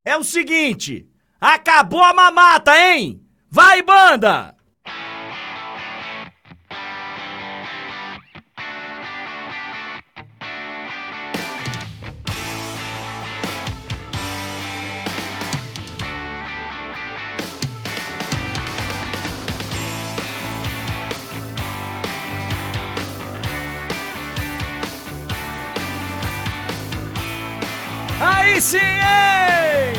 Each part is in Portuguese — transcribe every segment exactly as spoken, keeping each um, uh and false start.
É o seguinte, acabou a mamata, hein? Vai, banda! Aí sim, hein?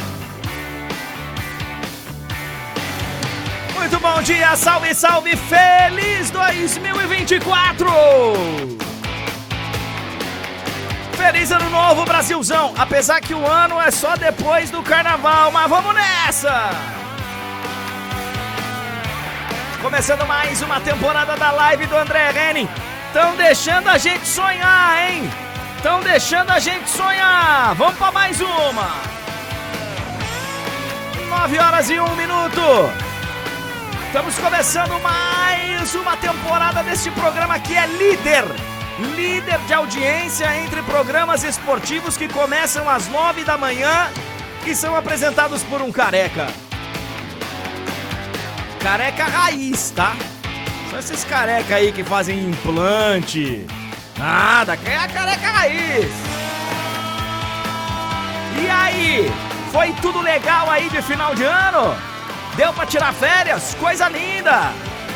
Muito bom dia, salve, salve, feliz dois mil e vinte e quatro! Feliz ano novo, Brasilzão! Apesar que o ano é só depois do carnaval, mas vamos nessa! Começando mais uma temporada da live do André Henning. Tão deixando a gente sonhar, hein? Estão deixando a gente sonhar. Vamos para mais uma. Nove horas e um minuto. Estamos começando mais uma temporada deste programa que é líder. Líder de audiência entre programas esportivos que começam às nove da manhã e são apresentados por um careca. Careca raiz, tá? São esses careca aí que fazem implante. Nada, que é a careca raiz. E aí, foi tudo legal aí de final de ano? Deu pra tirar férias? Coisa linda.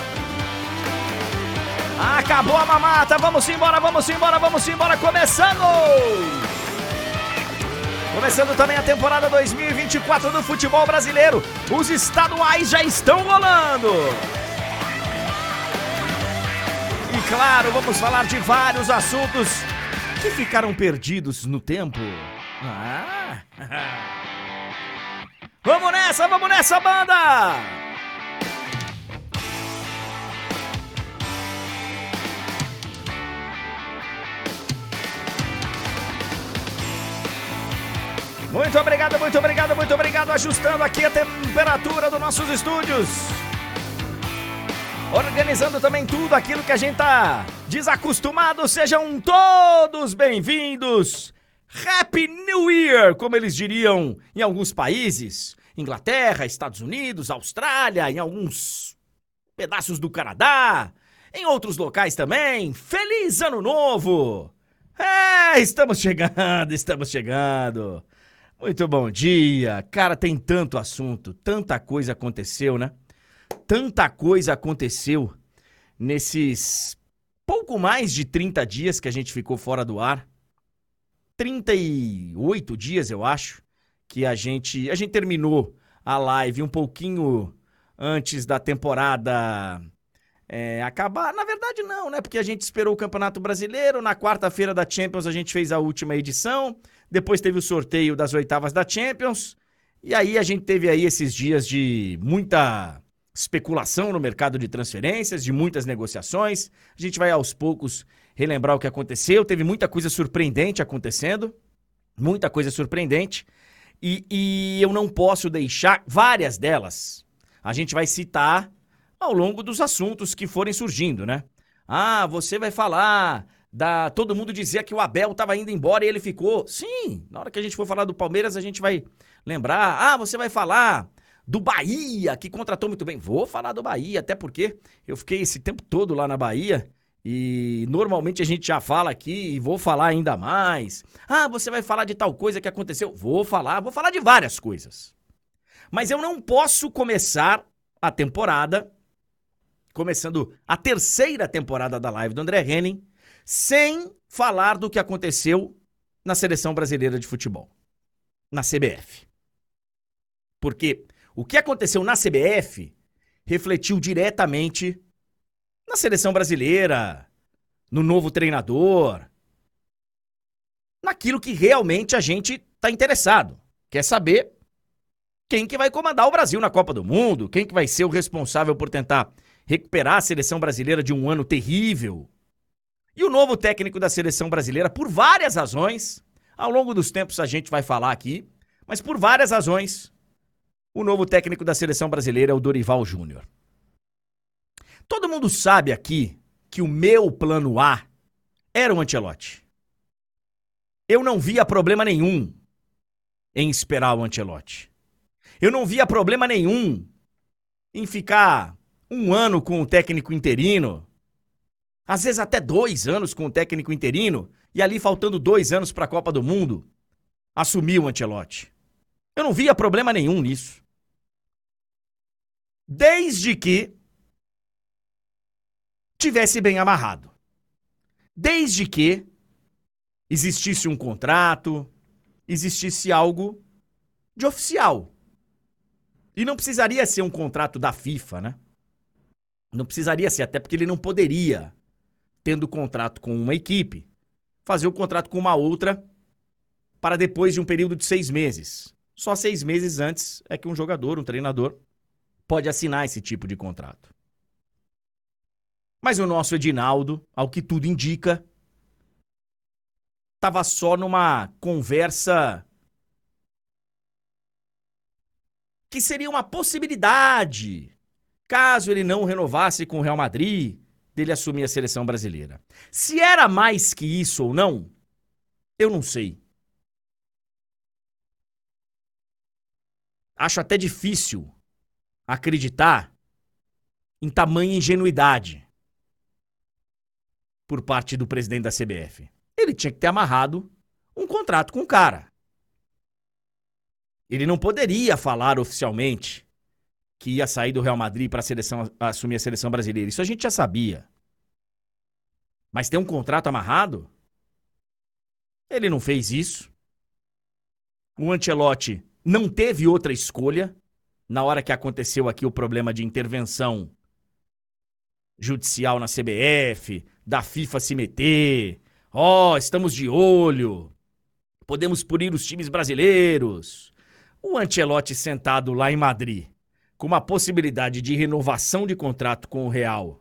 Acabou a mamata, vamos embora, vamos embora, vamos embora, começando! Começando também a temporada dois mil e vinte e quatro do futebol brasileiro. Os estaduais já estão rolando. E claro, vamos falar de vários assuntos que ficaram perdidos no tempo. Ah. Vamos nessa, vamos nessa, banda! Muito obrigado, muito obrigado, muito obrigado. Ajustando aqui a temperatura dos nossos estúdios. Organizando também tudo aquilo que a gente tá desacostumado. Sejam todos bem-vindos. Happy New Year, como eles diriam em alguns países. Inglaterra, Estados Unidos, Austrália, em alguns pedaços do Canadá. Em outros locais também. Feliz Ano Novo. É, estamos chegando, estamos chegando. Muito bom dia. Cara, tem tanto assunto, tanta coisa aconteceu, né? Tanta coisa aconteceu nesses pouco mais de trinta dias que a gente ficou fora do ar. trinta e oito dias, eu acho, que a gente, a gente terminou a live um pouquinho antes da temporada é, acabar. Na verdade não, né? Porque a gente esperou o Campeonato Brasileiro, na quarta-feira da Champions a gente fez a última edição, depois teve o sorteio das oitavas da Champions, e aí a gente teve aí esses dias de muita especulação no mercado de transferências, de muitas negociações. A gente vai aos poucos relembrar o que aconteceu. Teve muita coisa surpreendente acontecendo, muita coisa surpreendente, e, e eu não posso deixar várias delas. A gente vai citar ao longo dos assuntos que forem surgindo, né? Ah, você vai falar da... Todo mundo dizia que o Abel estava indo embora e ele ficou. Sim, na hora que a gente for falar do Palmeiras, a gente vai lembrar. Ah, você vai falar do Bahia, que contratou muito bem. Vou falar do Bahia, até porque eu fiquei esse tempo todo lá na Bahia e normalmente a gente já fala aqui e vou falar ainda mais. Ah, você vai falar de tal coisa que aconteceu. Vou falar, vou falar de várias coisas. Mas eu não posso começar a temporada, começando a terceira temporada da live do André Henning, sem falar do que aconteceu na Seleção Brasileira de Futebol, na C B F. Porque o que aconteceu na C B F refletiu diretamente na seleção brasileira, no novo treinador, naquilo que realmente a gente está interessado. Quer saber quem que vai comandar o Brasil na Copa do Mundo, quem que vai ser o responsável por tentar recuperar a seleção brasileira de um ano terrível. E o novo técnico da seleção brasileira, por várias razões, ao longo dos tempos a gente vai falar aqui, mas por várias razões, o novo técnico da seleção brasileira é o Dorival Júnior. Todo mundo sabe aqui que o meu plano A era o Ancelotti. Eu não via problema nenhum em esperar o Ancelotti. Eu não via problema nenhum em ficar um ano com o técnico interino, às vezes até dois anos com o técnico interino, e ali faltando dois anos para a Copa do Mundo, assumir o Ancelotti. Eu não via problema nenhum nisso. Desde que tivesse bem amarrado. Desde que existisse um contrato, existisse algo de oficial. E não precisaria ser um contrato da FIFA, né? Não precisaria ser, até porque ele não poderia, tendo contrato com uma equipe, fazer o contrato com uma outra para depois de um período de seis meses. Só seis meses antes é que um jogador, um treinador, pode assinar esse tipo de contrato. Mas o nosso Edinaldo, ao que tudo indica, estava só numa conversa que seria uma possibilidade, caso ele não renovasse com o Real Madrid, dele assumir a seleção brasileira. Se era mais que isso ou não, eu não sei. Acho até difícil acreditar em tamanha ingenuidade por parte do presidente da C B F. Ele tinha que ter amarrado um contrato com o cara. Ele não poderia falar oficialmente que ia sair do Real Madrid para a seleção, assumir a seleção brasileira. Isso a gente já sabia. Mas ter um contrato amarrado? Ele não fez isso. O Ancelotti não teve outra escolha na hora que aconteceu aqui o problema de intervenção judicial na C B F, da FIFA se meter. Ó, oh, estamos de olho. Podemos punir os times brasileiros. O Ancelotti sentado lá em Madrid, com uma possibilidade de renovação de contrato com o Real,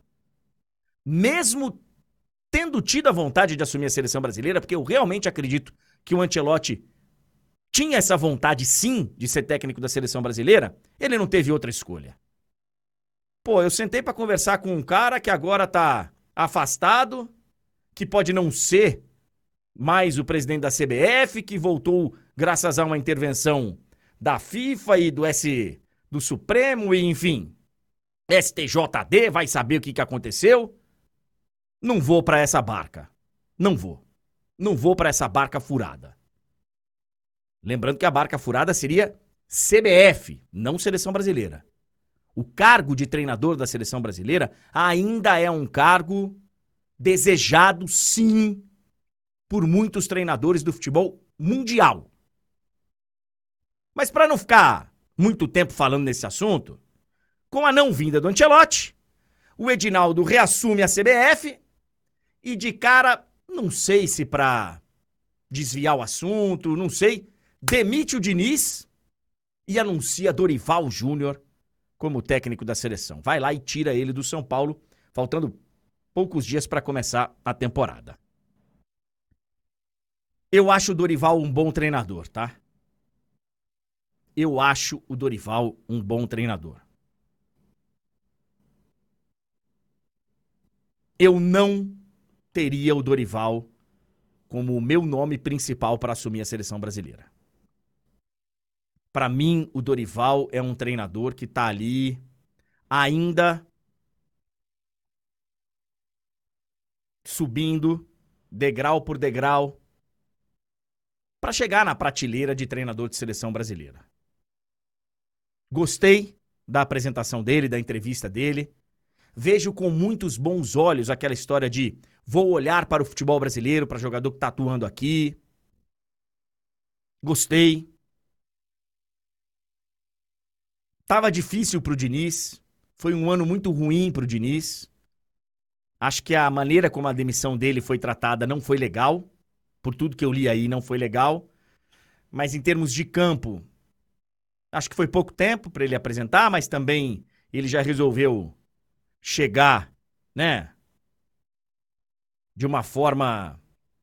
mesmo tendo tido a vontade de assumir a seleção brasileira, porque eu realmente acredito que o Ancelotti tinha essa vontade sim de ser técnico da seleção brasileira, ele não teve outra escolha. Pô, eu sentei pra conversar com um cara que agora tá afastado, que pode não ser mais o presidente da C B F, que voltou graças a uma intervenção da FIFA e do S do Supremo, e enfim, S T J D vai saber o que, que aconteceu. Não vou pra essa barca. Não vou. Não vou pra essa barca furada. Lembrando que a barca furada seria C B F, não Seleção Brasileira. O cargo de treinador da Seleção Brasileira ainda é um cargo desejado, sim, por muitos treinadores do futebol mundial. Mas para não ficar muito tempo falando nesse assunto, com a não vinda do Ancelotti, o Edinaldo reassume a C B F e de cara, não sei se para desviar o assunto, não sei, demite o Diniz e anuncia Dorival Júnior como técnico da seleção. Vai lá e tira ele do São Paulo, faltando poucos dias para começar a temporada. Eu acho o Dorival um bom treinador, tá? Eu acho o Dorival um bom treinador. Eu não teria o Dorival como o meu nome principal para assumir a seleção brasileira. Para mim, o Dorival é um treinador que tá ali ainda subindo degrau por degrau para chegar na prateleira de treinador de seleção brasileira. Gostei da apresentação dele, da entrevista dele. Vejo com muitos bons olhos aquela história de vou olhar para o futebol brasileiro, para jogador que tá atuando aqui. Gostei. Tava difícil pro Diniz. Foi um ano muito ruim pro Diniz. Acho que a maneira como a demissão dele foi tratada não foi legal. Por tudo que eu li aí, não foi legal. Mas em termos de campo, acho que foi pouco tempo para ele apresentar, mas também ele já resolveu chegar, né, de uma forma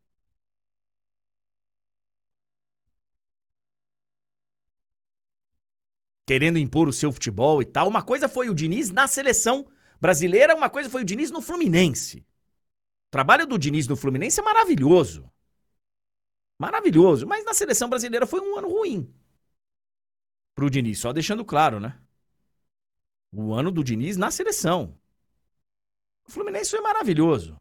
querendo impor o seu futebol e tal. Uma coisa foi o Diniz na seleção brasileira, uma coisa foi o Diniz no Fluminense. O trabalho do Diniz no Fluminense é maravilhoso. Maravilhoso. Mas na seleção brasileira foi um ano ruim pro Diniz, só deixando claro, né? O ano do Diniz na seleção. O Fluminense foi maravilhoso.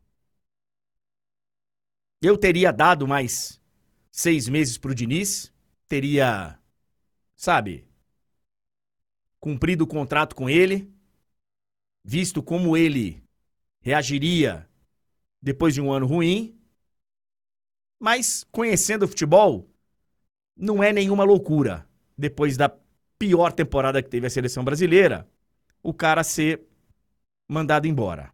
Eu teria dado mais seis meses pro Diniz, teria, sabe, cumprido o contrato com ele, visto como ele reagiria depois de um ano ruim, mas conhecendo o futebol, não é nenhuma loucura. Depois da pior temporada que teve a seleção brasileira, o cara ser mandado embora.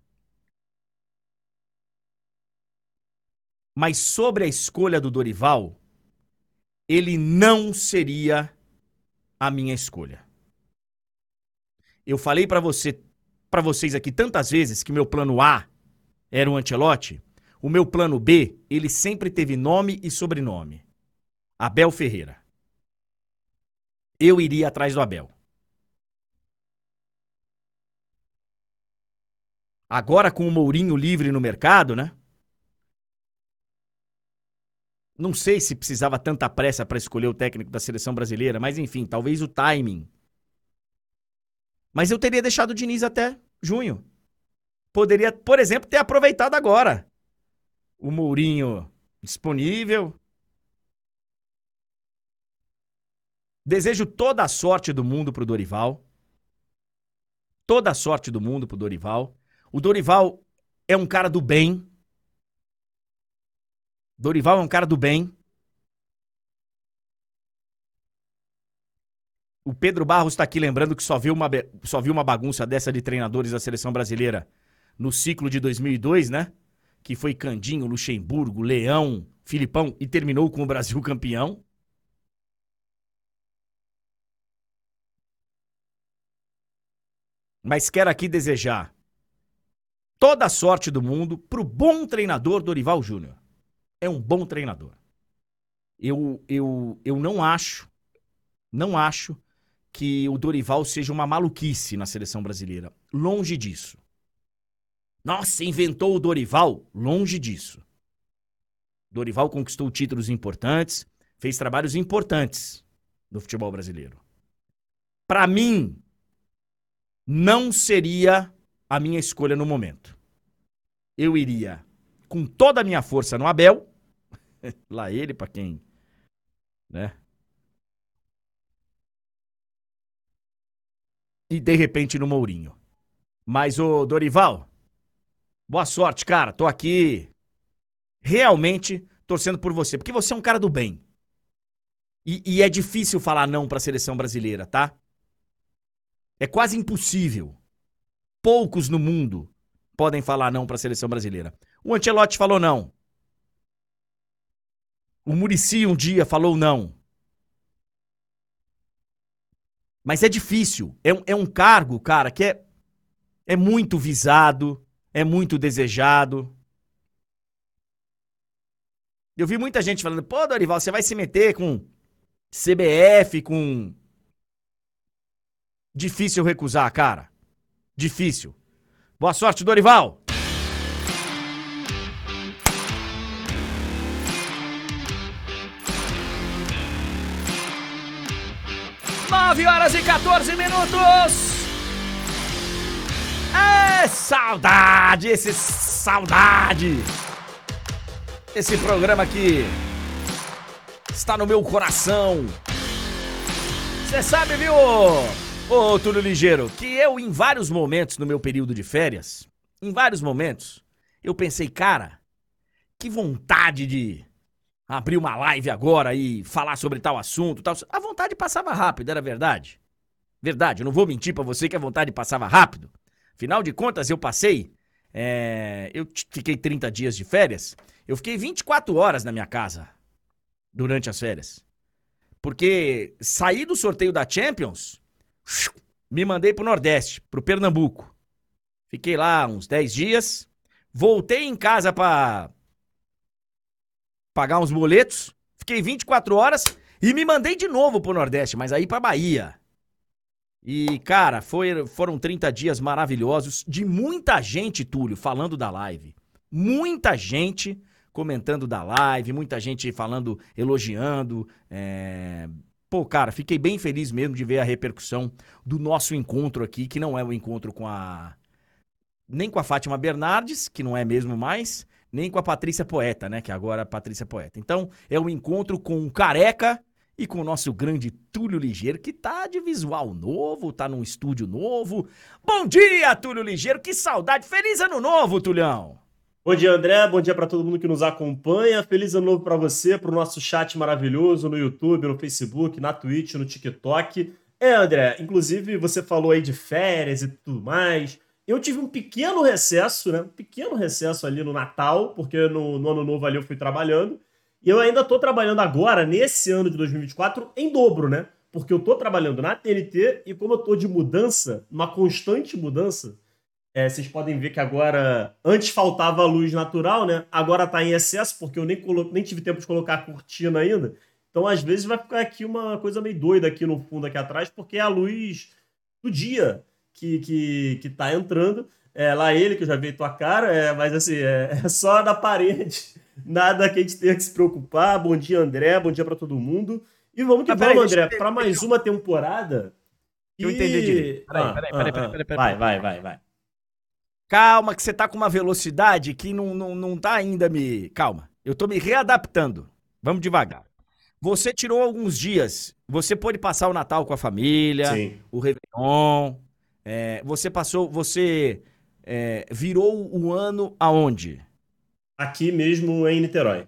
Mas sobre a escolha do Dorival, ele não seria a minha escolha. Eu falei pra você, para vocês aqui tantas vezes que meu plano A era o Ancelotti. O meu plano B, ele sempre teve nome e sobrenome. Abel Ferreira. Eu iria atrás do Abel. Agora com o Mourinho livre no mercado, né? Não sei se precisava tanta pressa para escolher o técnico da seleção brasileira, mas enfim, talvez o timing. Mas eu teria deixado o Diniz até junho. Poderia, por exemplo, ter aproveitado agora. O Mourinho disponível. Desejo toda a sorte do mundo pro Dorival. Toda a sorte do mundo pro Dorival. O Dorival é um cara do bem. Dorival é um cara do bem. O Pedro Barros tá aqui lembrando que só viu uma, só viu uma bagunça dessa de treinadores da seleção brasileira no ciclo de dois mil e dois, né? Que foi Candinho, Luxemburgo, Leão, Filipão e terminou com o Brasil campeão. Mas quero aqui desejar toda a sorte do mundo pro bom treinador Dorival Júnior. É um bom treinador. Eu, eu, eu não acho, não acho que o Dorival seja uma maluquice na seleção brasileira. Longe disso. Nossa, inventou o Dorival? Longe disso. Dorival conquistou títulos importantes, fez trabalhos importantes no futebol brasileiro. Para mim, não seria a minha escolha no momento. Eu iria com toda a minha força no Abel, lá ele, pra quem, né? E de repente no Mourinho. Mas o Dorival, boa sorte, cara. Tô aqui realmente torcendo por você, porque você é um cara do bem. E, e é difícil falar não pra seleção brasileira, tá? É quase impossível. Poucos no mundo podem falar não pra seleção brasileira. O Ancelotti falou não. O Muricy um dia falou não. Mas é difícil. É um, é um cargo, cara, que é, é muito visado, é muito desejado. Eu vi muita gente falando, pô, Dorival, você vai se meter com C B F, com... Difícil recusar, cara. Difícil. Boa sorte, Dorival. nove horas e quatorze minutos. É saudade, esse saudade. Esse programa aqui está no meu coração. Você sabe, viu, ô Túlio Ligeiro, que eu em vários momentos no meu período de férias, em vários momentos, eu pensei, cara, que vontade de abrir uma live agora e falar sobre tal assunto, tal. A vontade passava rápido, era verdade. Verdade, eu não vou mentir pra você que a vontade passava rápido. Afinal de contas, eu passei, é, eu fiquei trinta dias de férias, eu fiquei vinte e quatro horas na minha casa durante as férias. Porque saí do sorteio da Champions, me mandei pro Nordeste, pro Pernambuco. Fiquei lá uns dez dias, voltei em casa pra pagar uns boletos, fiquei vinte e quatro horas e me mandei de novo pro Nordeste, mas aí pra Bahia. E, cara, foi, foram trinta dias maravilhosos de muita gente, Túlio, falando da live. Muita gente comentando da live, muita gente falando, elogiando. É... Pô, cara, fiquei bem feliz mesmo de ver a repercussão do nosso encontro aqui, que não é o encontro com a... nem com a Fátima Bernardes, que não é mesmo mais, nem com a Patrícia Poeta, né, que agora é a Patrícia Poeta. Então, é o encontro com o Careca e com o nosso grande Túlio Ligeiro, que tá de visual novo, tá num estúdio novo. Bom dia, Túlio Ligeiro, que saudade! Feliz ano novo, Tulhão! Bom dia, André. Bom dia para todo mundo que nos acompanha. Feliz ano novo para você, para o nosso chat maravilhoso no YouTube, no Facebook, na Twitch, no TikTok. É, André, inclusive você falou aí de férias e tudo mais. Eu tive um pequeno recesso, né? Um pequeno recesso ali no Natal, porque no, no ano novo ali eu fui trabalhando. E eu ainda tô trabalhando agora, nesse ano de dois mil e vinte e quatro, em dobro, né? Porque eu tô trabalhando na T N T e como eu tô de mudança, uma constante mudança, é, vocês podem ver que agora, antes faltava a luz natural, né? Agora tá em excesso, porque eu nem, colo... nem tive tempo de colocar a cortina ainda. Então, às vezes, vai ficar aqui uma coisa meio doida aqui no fundo, aqui atrás, porque é a luz do dia que, que, que tá entrando. É, lá ele, que eu já vi tua cara, é, mas assim, é, é só da parede. Nada que a gente tenha que se preocupar. Bom dia, André. Bom dia para todo mundo. E vamos que Ah, vamos, peraí, André, deixa, para deixa, mais uma temporada. eu entender direito. E... Peraí, Ah, peraí, peraí, ah, peraí, ah. peraí, peraí. Vai, vai, vai, vai. Calma, que você tá com uma velocidade que não, não, não tá ainda me... Calma, eu tô me readaptando. Vamos devagar. Você tirou alguns dias, você pôde passar o Natal com a família, Sim. o Réveillon, é, você passou, você é, virou o ano aonde? Aqui mesmo em Niterói.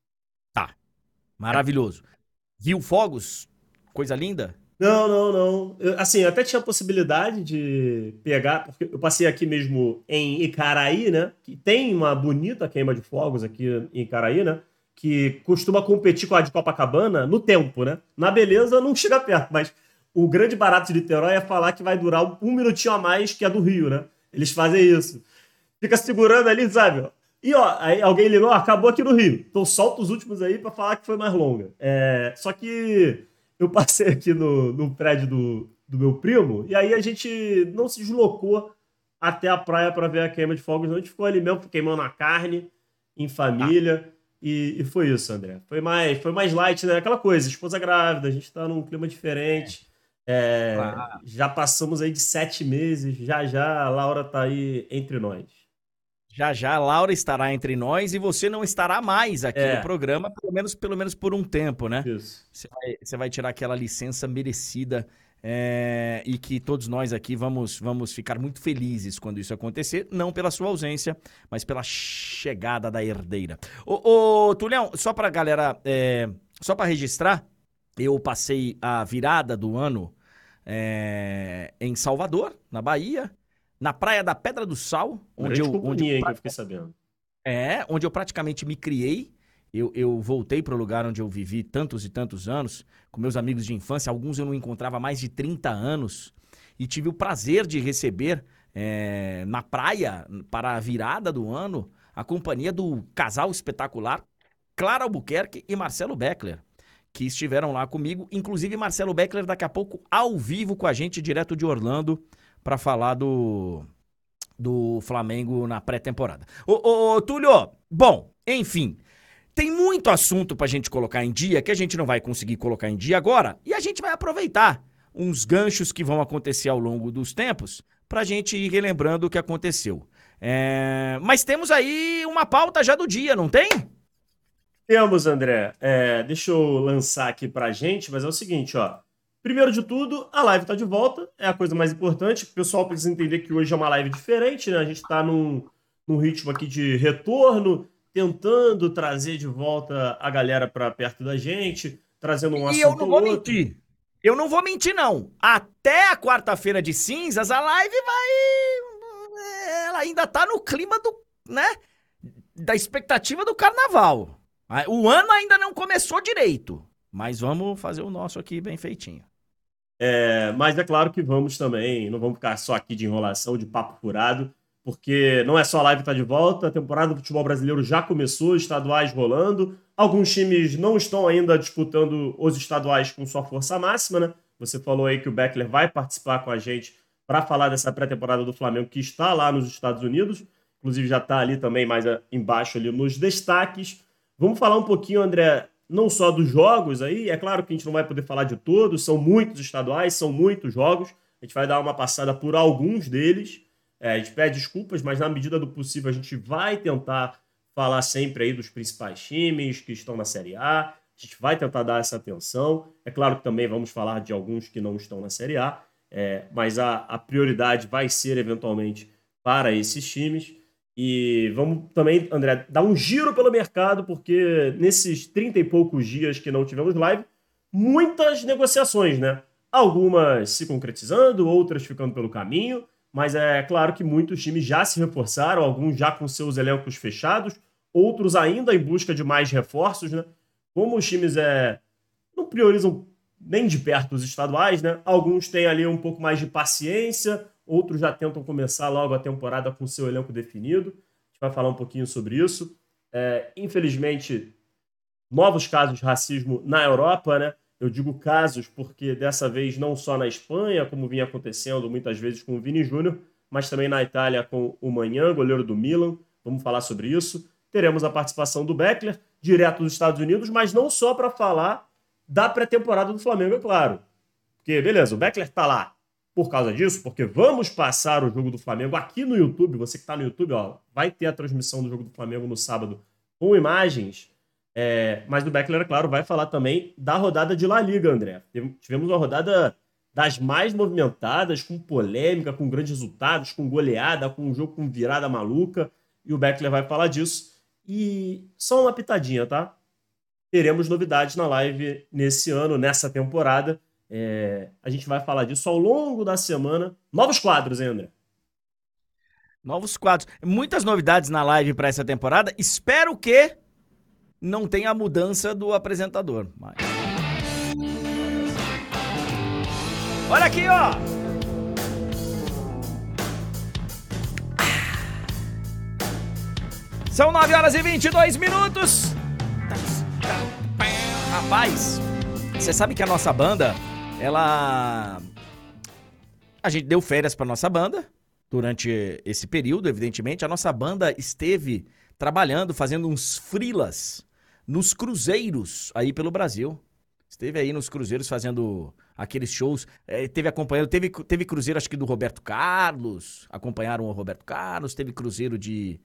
Tá, maravilhoso. Viu fogos? Coisa linda? Não, não, não. Eu, assim, eu até tinha a possibilidade de pegar, porque eu passei aqui mesmo em Icaraí, né? Que tem uma bonita queima de fogos aqui em Icaraí, né? Que costuma competir com a de Copacabana no tempo, né? Na beleza não chega perto, mas o grande barato de Niterói é falar que vai durar um minutinho a mais que a do Rio, né? Eles fazem isso. Fica segurando ali, sabe? E ó, aí alguém ligou, ó, acabou aqui no Rio. Então solta os últimos aí pra falar que foi mais longa. É, só que eu passei aqui no, no prédio do, do meu primo, e aí a gente não se deslocou até a praia para ver a queima de fogos, não. A gente ficou ali mesmo queimando a carne, em Tá. família, e, e foi isso, André. Foi mais, foi mais light, né? Aquela coisa, esposa grávida, a gente tá num clima diferente. É, Claro. já passamos aí de sete meses, já já a Laura tá aí entre nós. Já já a Laura estará entre nós e você não estará mais aqui no É, programa, pelo menos, pelo menos por um tempo, né? isso. Você vai, você vai tirar aquela licença merecida é, e que todos nós aqui vamos, vamos ficar muito felizes quando isso acontecer, não pela sua ausência, mas pela chegada da herdeira. Ô, ô Tulhão, só pra galera, é, só pra registrar, eu passei a virada do ano é, em Salvador, na Bahia, na Praia da Pedra do Sal, onde Grande eu, onde eu companhia, hein, que eu fiquei sabendo. é, onde eu praticamente me criei. Eu, eu voltei para o lugar onde eu vivi tantos e tantos anos, com meus amigos de infância, alguns eu não encontrava há mais de trinta anos, e tive o prazer de receber é, na praia, para a virada do ano, a companhia do casal espetacular Clara Albuquerque e Marcelo Beckler, que estiveram lá comigo, inclusive Marcelo Beckler daqui a pouco ao vivo com a gente, direto de Orlando, para falar do do Flamengo na pré-temporada. Ô, ô, ô, Túlio, bom, enfim, tem muito assunto pra gente colocar em dia que a gente não vai conseguir colocar em dia agora e a gente vai aproveitar uns ganchos que vão acontecer ao longo dos tempos pra gente ir relembrando o que aconteceu. É, mas temos aí uma pauta já do dia, não tem? Temos, André. É, deixa eu lançar aqui pra gente, mas é o seguinte, ó. Primeiro de tudo, a live tá de volta, é a coisa mais importante. O pessoal precisa entender que hoje é uma live diferente, né? A gente tá num, num ritmo aqui de retorno, tentando trazer de volta a galera pra perto da gente, trazendo um E eu assunto não ou vou outro. mentir. Eu não vou mentir, não. Até a quarta-feira de cinzas, a live vai. Ela ainda tá no clima do, né? Da expectativa do carnaval. O ano ainda não começou direito. Mas vamos fazer o nosso aqui bem feitinho. É, mas é claro que vamos também, não vamos ficar só aqui de enrolação, de papo furado, porque não é só a live que tá de volta, a temporada do futebol brasileiro já começou, estaduais rolando. Alguns times não estão ainda disputando os estaduais com sua força máxima, né? Você falou aí que o Beckler vai participar com a gente para falar dessa pré-temporada do Flamengo que está lá nos Estados Unidos. inclusive já está ali também mais embaixo ali nos destaques. Vamos falar um pouquinho, André, não só dos jogos aí, é claro que a gente não vai poder falar de todos, são muitos estaduais, são muitos jogos, a gente vai dar uma passada por alguns deles, é, a gente pede desculpas, mas na medida do possível a gente vai tentar falar sempre aí dos principais times que estão na Série A, a gente vai tentar dar essa atenção, é claro que também vamos falar de alguns que não estão na Série A, é, mas a, a prioridade vai ser eventualmente para esses times. E vamos também, André, dar um giro pelo mercado, porque nesses trinta e poucos dias que não tivemos live, muitas negociações, né? Algumas se concretizando, outras ficando pelo caminho, mas é claro que muitos times já se reforçaram, alguns já com seus elencos fechados, outros ainda em busca de mais reforços, né? Como os times é, não priorizam nem de perto os estaduais, né? Alguns têm ali um pouco mais de paciência, outros já tentam começar logo a temporada com seu elenco definido. A gente vai falar um pouquinho sobre isso. É, infelizmente, novos casos de racismo na Europa, né? Eu digo casos porque dessa vez não só na Espanha, como vinha acontecendo muitas vezes com o Vini Júnior, mas também na Itália com o Maignan, goleiro do Milan. Vamos falar sobre isso. Teremos a participação do Beckler, direto dos Estados Unidos, mas não só para falar da pré-temporada do Flamengo, é claro. Porque, beleza, o Beckler está lá por causa disso, porque vamos passar o jogo do Flamengo aqui no YouTube. Você que está no YouTube, ó, vai ter a transmissão do jogo do Flamengo no sábado com imagens. É, mas o Beckler, é claro, vai falar também da rodada de La Liga, André. Tivemos uma rodada das mais movimentadas, com polêmica, com grandes resultados, com goleada, com um jogo com virada maluca. E o Beckler vai falar disso. E só uma pitadinha, tá? Teremos novidades na live nesse ano, nessa temporada. É, a gente vai falar disso ao longo da semana. Novos quadros, hein, André? Novos quadros. Muitas novidades na live para essa temporada. Espero que não tenha a mudança do apresentador. Mas... olha aqui, ó! São nove horas e vinte e dois minutos. Rapaz, você sabe que a nossa banda, ela... a gente deu férias pra nossa banda durante esse período, evidentemente. A nossa banda esteve trabalhando, fazendo uns freelas nos cruzeiros aí pelo Brasil. Esteve aí nos cruzeiros fazendo aqueles shows, é, teve acompanhando, teve, teve cruzeiro acho que do Roberto Carlos, acompanharam o Roberto Carlos, teve cruzeiro de...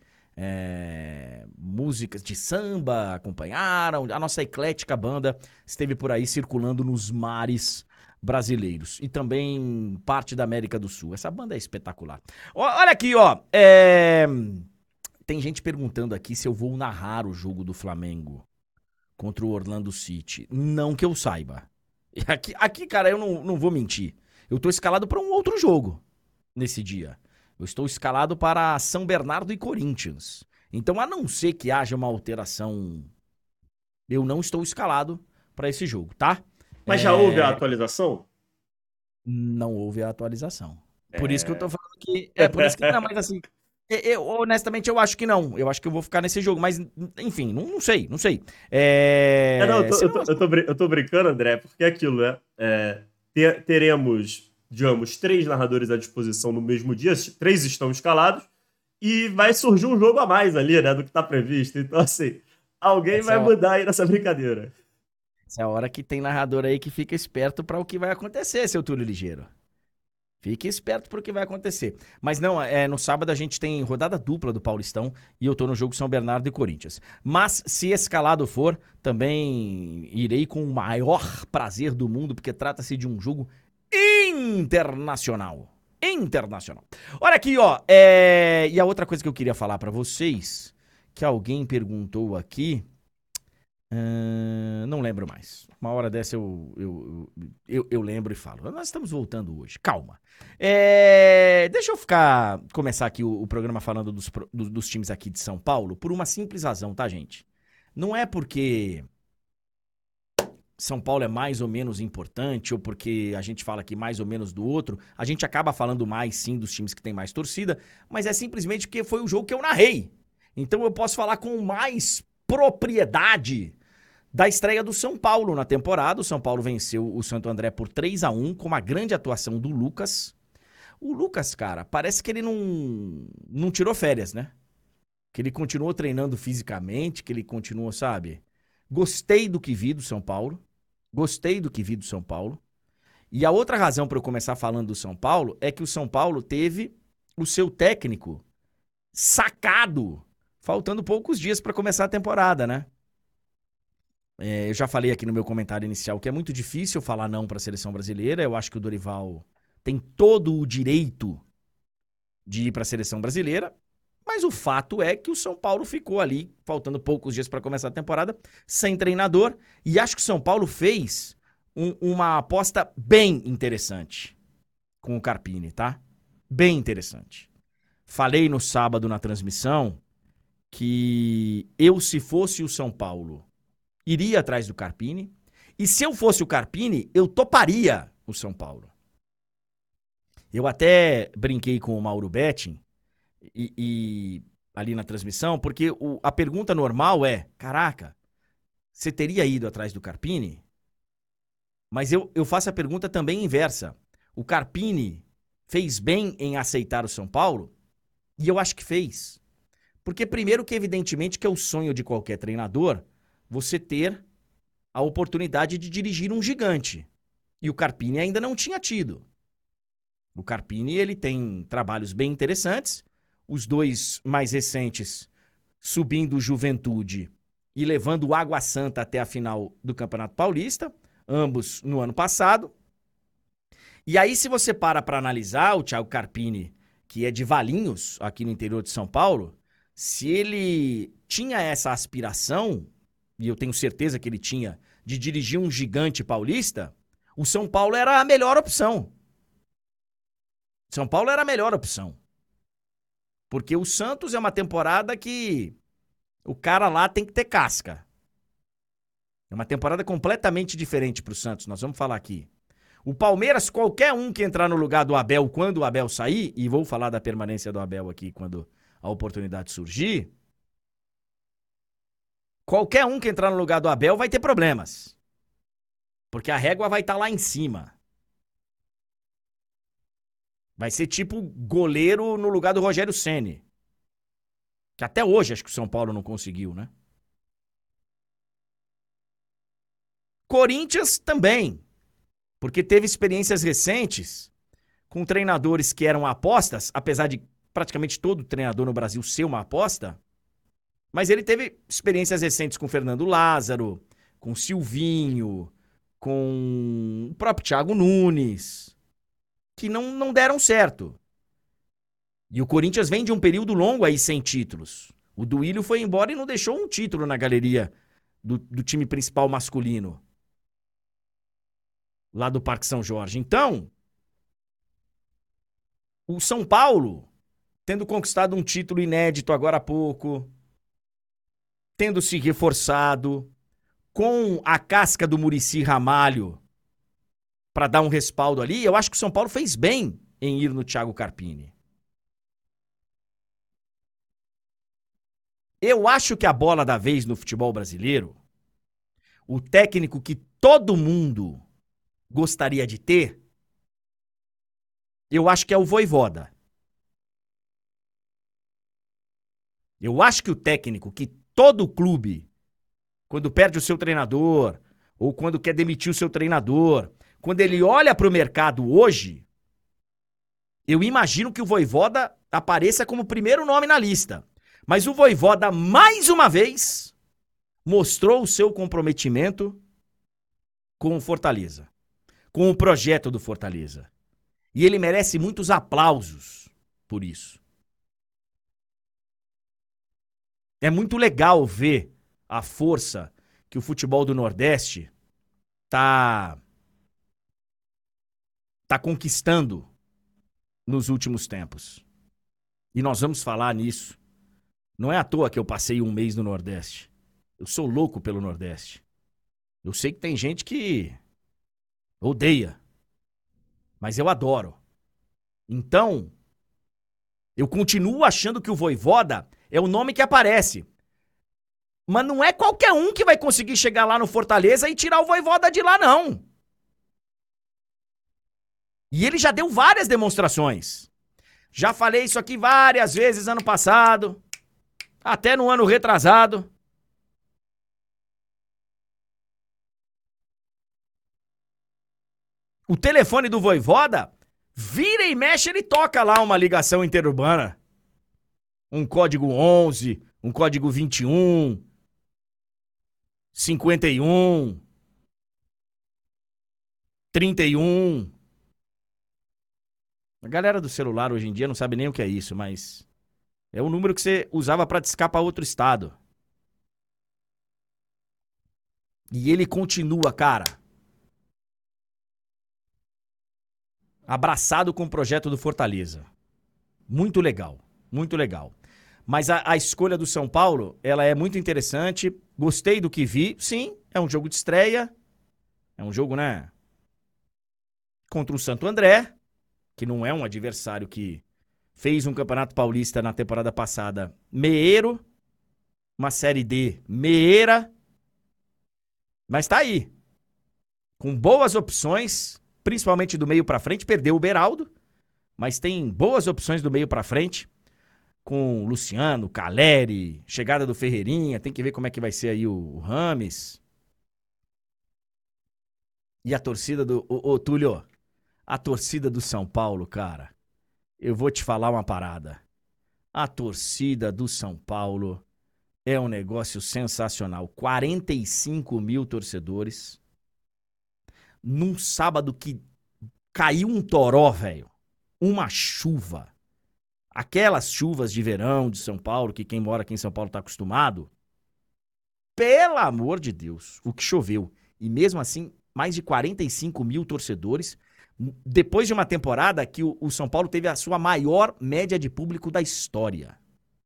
É, músicas de samba acompanharam, a nossa eclética banda esteve por aí circulando nos mares brasileiros e também parte da América do Sul. Essa banda é espetacular. Olha aqui, ó, é... tem gente perguntando aqui se eu vou narrar o jogo do Flamengo contra o Orlando City. Não que eu saiba. Aqui, aqui cara, eu não, não vou mentir. Eu tô escalado para um outro jogo nesse dia. Eu estou escalado para São Bernardo e Corinthians. Então, a não ser que haja uma alteração, eu não estou escalado para esse jogo, tá? Mas é... já houve a atualização? Não houve a atualização. Por É... isso que eu tô falando que... É, por isso que... Não, mas assim... Eu, honestamente, eu acho que não. Eu acho que eu vou ficar nesse jogo. Mas, enfim, não, não sei, não sei. É... É, não, eu, tô, eu, não... tô, eu, tô, eu tô brincando, André, porque é aquilo, né? É, ter, teremos... digamos, três narradores à disposição no mesmo dia, três estão escalados, e vai surgir um jogo a mais ali, né, do que tá previsto. Então, assim, alguém essa vai é mudar aí nessa brincadeira. Essa é a hora que tem narrador aí que fica esperto para o que vai acontecer, seu Túlio Ligeiro. Fique esperto para o que vai acontecer. Mas não, é, no sábado a gente tem rodada dupla do Paulistão e eu tô no jogo São Bernardo e Corinthians. Mas se escalado for, também irei com o maior prazer do mundo, porque trata-se de um jogo internacional. Internacional. Olha aqui, ó. É... E a outra coisa que eu queria falar pra vocês, que alguém perguntou aqui, uh... não lembro mais. Uma hora dessa eu, eu, eu, eu lembro e falo. Nós estamos voltando hoje. Calma. É... Deixa eu ficar começar aqui o, o programa falando dos, dos, dos times aqui de São Paulo por uma simples razão, tá, gente? Não é porque São Paulo é mais ou menos importante, ou porque a gente fala aqui mais ou menos do outro, a gente acaba falando mais, sim, dos times que tem mais torcida, mas é simplesmente porque foi o jogo que eu narrei. Então eu posso falar com mais propriedade da estreia do São Paulo na temporada. O São Paulo venceu o Santo André por três a um, com uma grande atuação do Lucas. O Lucas, cara, parece que ele não, não tirou férias, né? que ele continuou treinando fisicamente, que ele continuou, sabe? Gostei do que vi do São Paulo. Gostei do que vi do São Paulo. E a outra razão para eu começar falando do São Paulo é que o São Paulo teve o seu técnico sacado, faltando poucos dias para começar a temporada, né? É, eu já falei aqui no meu comentário inicial que é muito difícil falar não para a seleção brasileira. Eu acho que o Dorival tem todo o direito de ir para a seleção brasileira, mas o fato é que o São Paulo ficou ali, faltando poucos dias para começar a temporada, sem treinador, e acho que o São Paulo fez um, uma aposta bem interessante com o Carpini, tá? Bem interessante. Falei no sábado na transmissão que eu, se fosse o São Paulo, iria atrás do Carpini, e se eu fosse o Carpini, eu toparia o São Paulo. Eu até brinquei com o Mauro Betting e, e ali na transmissão, porque o, a pergunta normal é, caraca, você teria ido atrás do Carpini? Mas eu, eu faço a pergunta também inversa. O Carpini fez bem em aceitar o São Paulo? E eu acho que fez. Porque primeiro que evidentemente que é o sonho de qualquer treinador você ter a oportunidade de dirigir um gigante. E o Carpini ainda não tinha tido. O Carpini, ele tem trabalhos bem interessantes. Os dois mais recentes, subindo o Juventude e levando o Água Santa até a final do Campeonato Paulista, ambos no ano passado. E aí, se você para para analisar o Thiago Carpini, que é de Valinhos, aqui no interior de São Paulo, se ele tinha essa aspiração, e eu tenho certeza que ele tinha, de dirigir um gigante paulista, o São Paulo era a melhor opção. São Paulo era a melhor opção. Porque o Santos é uma temporada que o cara lá tem que ter casca. É uma temporada completamente diferente pro Santos, nós vamos falar aqui. O Palmeiras, qualquer um que entrar no lugar do Abel quando o Abel sair, e vou falar da permanência do Abel aqui quando a oportunidade surgir, qualquer um que entrar no lugar do Abel vai ter problemas. Porque a régua vai estar lá em cima. Vai ser tipo goleiro no lugar do Rogério Ceni. Que até hoje acho que o São Paulo não conseguiu, né? Corinthians também. Porque teve experiências recentes com treinadores que eram apostas, apesar de praticamente todo treinador no Brasil ser uma aposta. Mas ele teve experiências recentes com Fernando Lázaro, com Silvinho, com o próprio Thiago Nunes, que não, não deram certo. E o Corinthians vem de um período longo aí sem títulos. O Duílio foi embora e não deixou um título na galeria do, do time principal masculino, lá do Parque São Jorge. Então, o São Paulo, tendo conquistado um título inédito agora há pouco, tendo se reforçado, com a casca do Muricy Ramalho para dar um respaldo ali, eu acho que o São Paulo fez bem em ir no Thiago Carpini. Eu acho que a bola da vez no futebol brasileiro, o técnico que todo mundo gostaria de ter, eu acho que é o Vojvoda. Eu acho que o técnico que todo clube, quando perde o seu treinador, ou quando quer demitir o seu treinador, quando ele olha para o mercado hoje, eu imagino que o Vojvoda apareça como primeiro nome na lista. Mas o Vojvoda, mais uma vez, mostrou o seu comprometimento com o Fortaleza, com o projeto do Fortaleza. E ele merece muitos aplausos por isso. É muito legal ver a força que o futebol do Nordeste tá, tá conquistando nos últimos tempos. E nós vamos falar nisso. Não é à toa que eu passei um mês no Nordeste. Eu sou louco pelo Nordeste. Eu sei que tem gente que odeia, mas eu adoro. Então, eu continuo achando que o Vojvoda é o nome que aparece. Mas não é qualquer um que vai conseguir chegar lá no Fortaleza e tirar o Vojvoda de lá, não. E ele já deu várias demonstrações. Já falei isso aqui várias vezes ano passado. Até no ano retrasado. O telefone do Vojvoda, vira e mexe, ele toca lá uma ligação interurbana. Um código onze, um código vinte e um, cinquenta e um, trinta e um. A galera do celular hoje em dia não sabe nem o que é isso, mas é o número que você usava pra discar pra outro estado. E ele continua, cara, abraçado com o projeto do Fortaleza. Muito legal, muito legal. Mas a, a escolha do São Paulo, ela é muito interessante. Gostei do que vi. Sim, é um jogo de estreia. É um jogo, né? Contra o Santo André, que não é um adversário que fez um Campeonato Paulista na temporada passada meeiro. Uma Série D meeira. Mas tá aí. Com boas opções, principalmente do meio pra frente. Perdeu o Beraldo, mas tem boas opções do meio pra frente. Com Luciano, Caleri, chegada do Ferreirinha, tem que ver como é que vai ser aí o, o Rames. E a torcida do... Ô, ô, Túlio, a torcida do São Paulo, cara, eu vou te falar uma parada. A torcida do São Paulo é um negócio sensacional. quarenta e cinco mil torcedores. Num sábado que caiu um toró, velho. Uma chuva. Aquelas chuvas de verão de São Paulo, que quem mora aqui em São Paulo tá acostumado. Pelo amor de Deus, o que choveu. E mesmo assim, mais de quarenta e cinco mil torcedores. Depois de uma temporada que o, o São Paulo teve a sua maior média de público da história.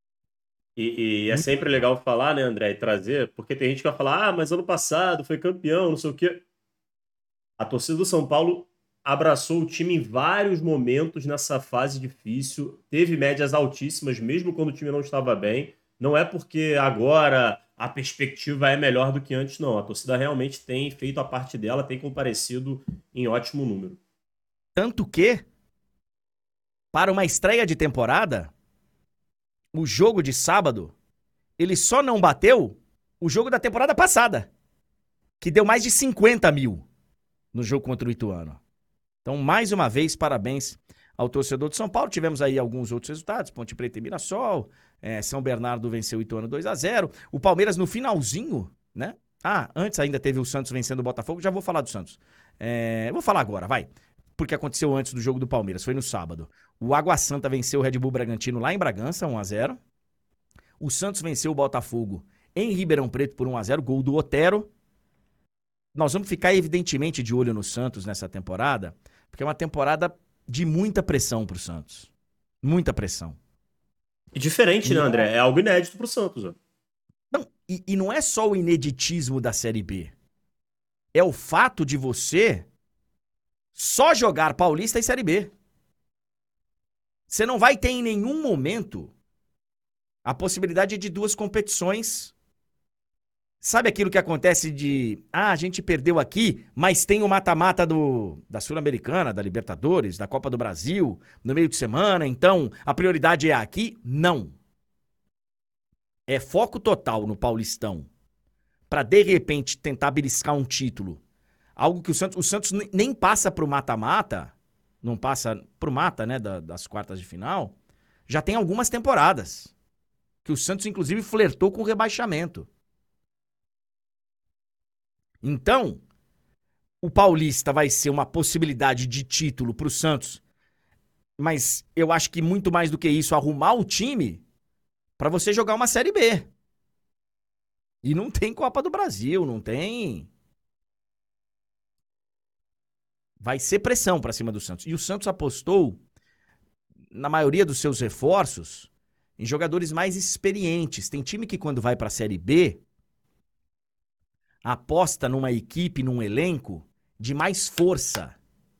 E, e é sempre legal falar, né, André, e trazer, porque tem gente que vai falar, ah, mas ano passado foi campeão, não sei o quê. A torcida do São Paulo abraçou o time em vários momentos nessa fase difícil, teve médias altíssimas, mesmo quando o time não estava bem. Não é porque agora a perspectiva é melhor do que antes, não. A torcida realmente tem feito a parte dela, tem comparecido em ótimo número. Tanto que, para uma estreia de temporada, o jogo de sábado, ele só não bateu o jogo da temporada passada, que deu mais de cinquenta mil no jogo contra o Ituano. Então, mais uma vez, parabéns ao torcedor de São Paulo. Tivemos aí alguns outros resultados, Ponte Preta e Mirassol, é, São Bernardo venceu o Ituano dois a zero, o Palmeiras no finalzinho, né? Ah, antes ainda teve o Santos vencendo o Botafogo, já vou falar do Santos. É, vou falar agora, vai. Porque aconteceu antes do jogo do Palmeiras, foi no sábado. O Água Santa venceu o Red Bull Bragantino lá em Bragança, um a zero. O Santos venceu o Botafogo em Ribeirão Preto por um a zero, gol do Otero. Nós vamos ficar evidentemente de olho no Santos nessa temporada, porque é uma temporada de muita pressão pro Santos. Muita pressão. E diferente, né, André? É algo inédito pro Santos, ó. Não, e, e não é só o ineditismo da Série B. É o fato de você só jogar Paulista e Série B. Você não vai ter em nenhum momento a possibilidade de duas competições. Sabe aquilo que acontece de, ah, a gente perdeu aqui, mas tem o mata-mata do da Sul-Americana, da Libertadores, da Copa do Brasil, no meio de semana, então a prioridade é aqui? Não. É foco total no Paulistão, para de repente tentar beliscar um título. Algo que o Santos, o Santos nem passa pro mata-mata, não passa pro mata, né, da, das quartas de final, já tem algumas temporadas, que o Santos inclusive flertou com o rebaixamento. Então, o Paulista vai ser uma possibilidade de título pro Santos, mas eu acho que muito mais do que isso, arrumar o time para você jogar uma Série B. E não tem Copa do Brasil, não tem... Vai ser pressão para cima do Santos. E o Santos apostou, na maioria dos seus reforços, em jogadores mais experientes. Tem time que quando vai para a Série B, aposta numa equipe, num elenco de mais força.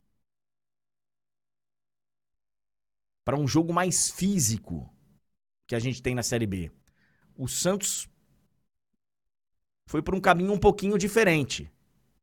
Para um jogo mais físico que a gente tem na Série B. O Santos foi por um caminho um pouquinho diferente.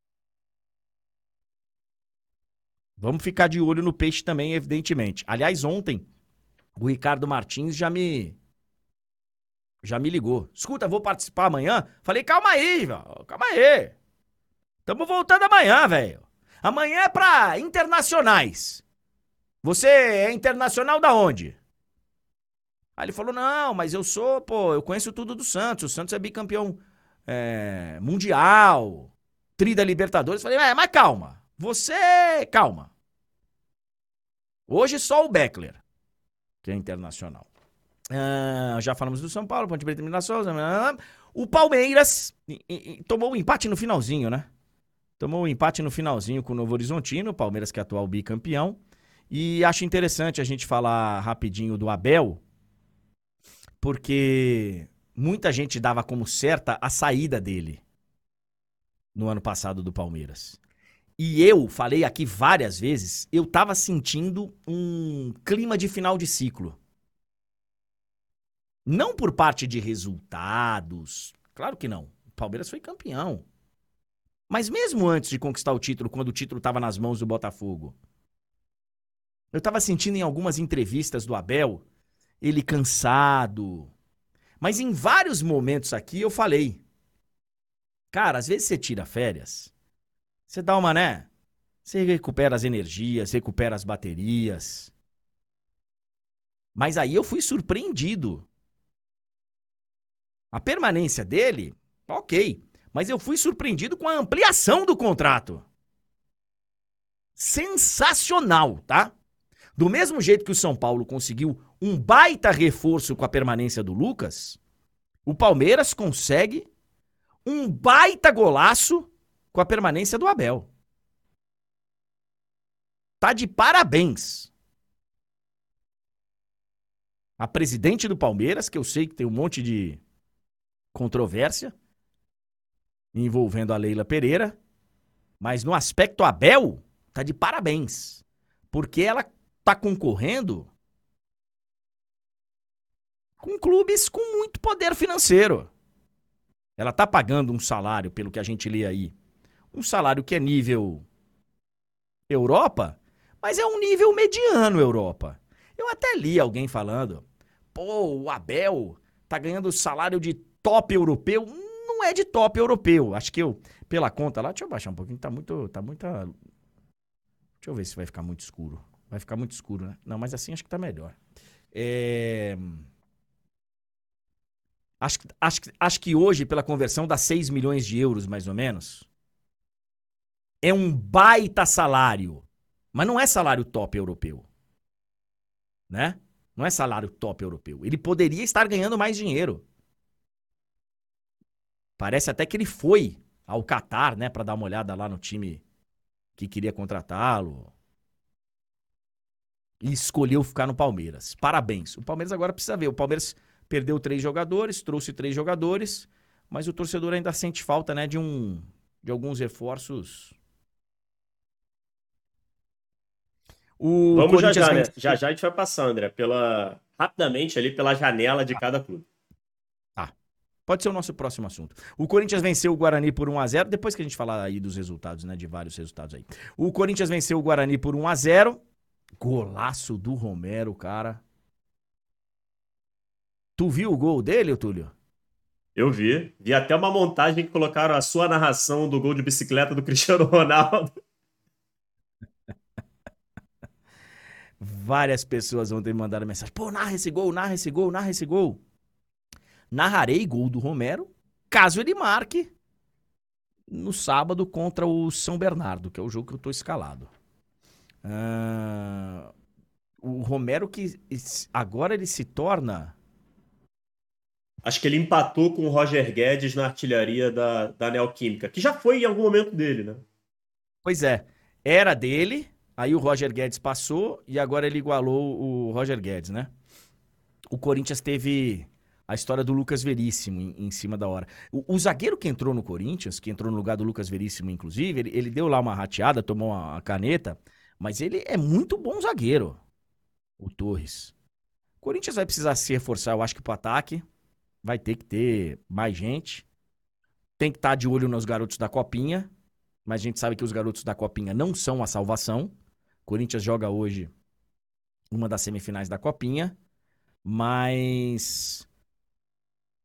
Vamos ficar de olho no peixe também, evidentemente. Aliás, ontem, o Ricardo Martins já me Já me ligou. Escuta, vou participar amanhã? Falei, calma aí, velho. Calma aí. Tamo voltando amanhã, velho. Amanhã é pra internacionais. Você é internacional da onde? Aí ele falou, não, mas eu sou, pô, eu conheço tudo do Santos. O Santos é bicampeão é, mundial, tri da Libertadores. Falei, é, mas calma. Você, calma. Hoje só o Beckler, que é internacional. Ah, já falamos do São Paulo, Ponte Preta, Minas Souza. O Palmeiras e, e, tomou o um empate no finalzinho, né? Tomou o um empate no finalzinho com o Novo Horizontino, o Palmeiras que é atual bicampeão. E acho interessante a gente falar rapidinho do Abel, porque muita gente dava como certa a saída dele no ano passado do Palmeiras. E eu falei aqui várias vezes, eu tava sentindo um clima de final de ciclo. Não por parte de resultados, claro que não. O Palmeiras foi campeão. Mas mesmo antes de conquistar o título, quando o título estava nas mãos do Botafogo, eu tava sentindo em algumas entrevistas do Abel, ele cansado. Mas em vários momentos aqui eu falei, cara, às vezes você tira férias, você dá uma, né? Você recupera as energias, recupera as baterias. Mas aí eu fui surpreendido. A permanência dele, ok. Mas eu fui surpreendido com a ampliação do contrato. Sensacional, tá? Do mesmo jeito que o São Paulo conseguiu um baita reforço com a permanência do Lucas, o Palmeiras consegue um baita golaço com a permanência do Abel. Tá de parabéns. A presidente do Palmeiras, que eu sei que tem um monte de controvérsia envolvendo a Leila Pereira, mas no aspecto Abel, tá de parabéns. Porque ela tá concorrendo com clubes com muito poder financeiro. Ela tá pagando um salário, pelo que a gente lê aí, um salário que é nível Europa, mas é um nível mediano Europa. Eu até li alguém falando, pô, o Abel tá ganhando salário de top europeu. Não é de top europeu. Acho que eu, pela conta lá, deixa eu baixar um pouquinho, tá muito, tá muita... Deixa eu ver se vai ficar muito escuro. Vai ficar muito escuro, né? Não, mas assim acho que tá melhor. É... Acho, acho, acho que hoje, pela conversão, dá seis milhões de euros, mais ou menos. É um baita salário. Mas não é salário top europeu. Né? Não é salário top europeu. Ele poderia estar ganhando mais dinheiro. Parece até que ele foi ao Catar, né? Pra dar uma olhada lá no time que queria contratá-lo. E escolheu ficar no Palmeiras. Parabéns. O Palmeiras agora precisa ver. O Palmeiras perdeu três jogadores, trouxe três jogadores, mas o torcedor ainda sente falta, né, de um, de alguns reforços. O Vamos já já, né? Já já a gente vai passar, André, pela... rapidamente ali pela janela de cada clube. Ah, pode ser o nosso próximo assunto. O Corinthians venceu o Guarani por um a zero, depois que a gente falar aí dos resultados, né, de vários resultados aí. O Corinthians venceu o Guarani por um a zero. Golaço do Romero, cara. Tu viu o gol dele, Túlio? Eu vi. Vi até uma montagem que colocaram a sua narração do gol de bicicleta do Cristiano Ronaldo. Várias pessoas ontem me mandaram mensagem. Pô, narra esse gol, narra esse gol, narra esse gol. Narrarei gol do Romero, caso ele marque no sábado contra o São Bernardo, que é o jogo que eu tô escalado. Ah, o Romero que agora ele se torna... Acho que ele empatou com o Roger Guedes na artilharia da, da Neoquímica, que já foi em algum momento dele, né? Pois é, era dele, aí o Roger Guedes passou e agora ele igualou o Roger Guedes, né? O Corinthians teve a história do Lucas Veríssimo em, em cima da hora. O, o zagueiro que entrou no Corinthians, que entrou no lugar do Lucas Veríssimo, inclusive, ele, ele deu lá uma rateada, tomou uma caneta, mas ele é muito bom zagueiro, o Torres. O Corinthians vai precisar se reforçar, eu acho que pro ataque. Vai ter que ter mais gente. Tem que estar de olho nos garotos da Copinha. Mas a gente sabe que os garotos da Copinha não são a salvação. O Corinthians joga hoje uma das semifinais da Copinha. Mas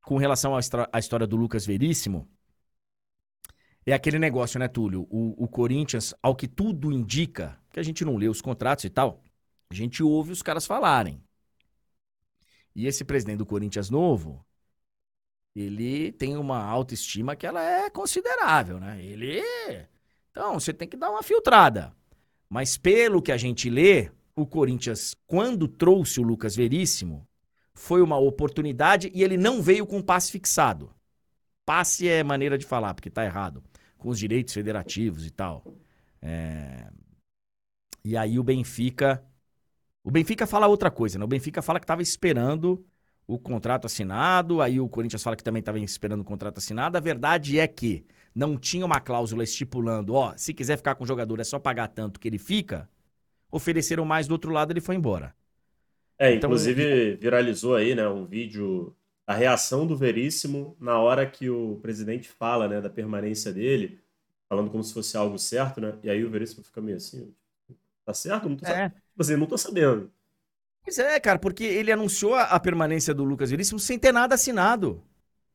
com relação à estra- à história do Lucas Veríssimo, é aquele negócio, né, Túlio? O, o Corinthians, ao que tudo indica, que a gente não lê os contratos e tal, a gente ouve os caras falarem. E esse presidente do Corinthians novo, ele tem uma autoestima que ela é considerável, né? Ele... Então, você tem que dar uma filtrada. Mas pelo que a gente lê, o Corinthians, quando trouxe o Lucas Veríssimo, foi uma oportunidade e ele não veio com passe fixado. Passe é maneira de falar, porque tá errado. Com os direitos federativos e tal. É... E aí o Benfica... O Benfica fala outra coisa, né? O Benfica fala que tava esperando o contrato assinado, aí o Corinthians fala que também tava esperando o contrato assinado. A verdade é que não tinha uma cláusula estipulando, ó, se quiser ficar com o jogador é só pagar tanto que ele fica. Ofereceram mais do outro lado, ele foi embora. É, Então, inclusive viralizou aí, né, um vídeo da reação do Veríssimo na hora que o presidente fala, né, da permanência dele, falando como se fosse algo certo, né? E aí o Veríssimo fica meio assim, tá certo? Não tô sabendo. é. Tipo assim, não tô sabendo. Pois é, cara, porque ele anunciou a, a permanência do Lucas Veríssimo sem ter nada assinado.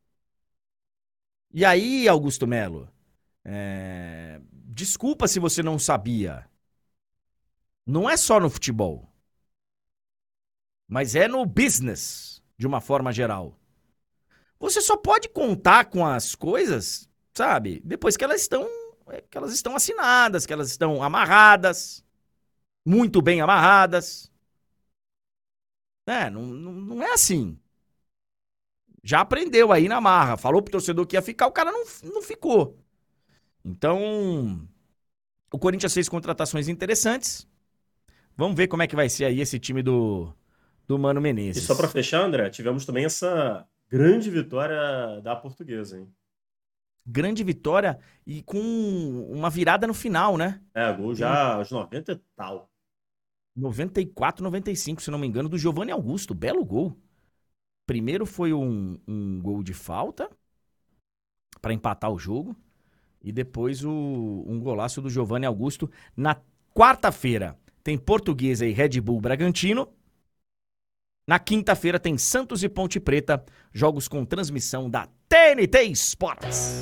E aí, Augusto Melo, é... desculpa se você não sabia. Não é só no futebol, mas é no business, de uma forma geral. Você só pode contar com as coisas, sabe, depois que elas estão, que elas estão assinadas, que elas estão amarradas, muito bem amarradas. É, não, não, não é assim. Já aprendeu aí na marra. Falou pro torcedor que ia ficar, o cara não, não ficou. Então, o Corinthians fez contratações interessantes. Vamos ver como é que vai ser aí esse time do, do Mano E só pra Menezes. fechar, André, tivemos também essa grande vitória da Portuguesa, hein? Grande vitória e com uma virada no final, né? É, gol Tem um já aos noventa e tal. noventa e quatro, noventa e cinco, se não me engano, do Giovanni Augusto. Belo gol. Primeiro foi um, um gol de falta para empatar o jogo. E depois o, um golaço do Giovanni Augusto. Na quarta-feira tem Portuguesa e Red Bull Bragantino. Na quinta-feira tem Santos e Ponte Preta. Jogos com transmissão da T N T Sports.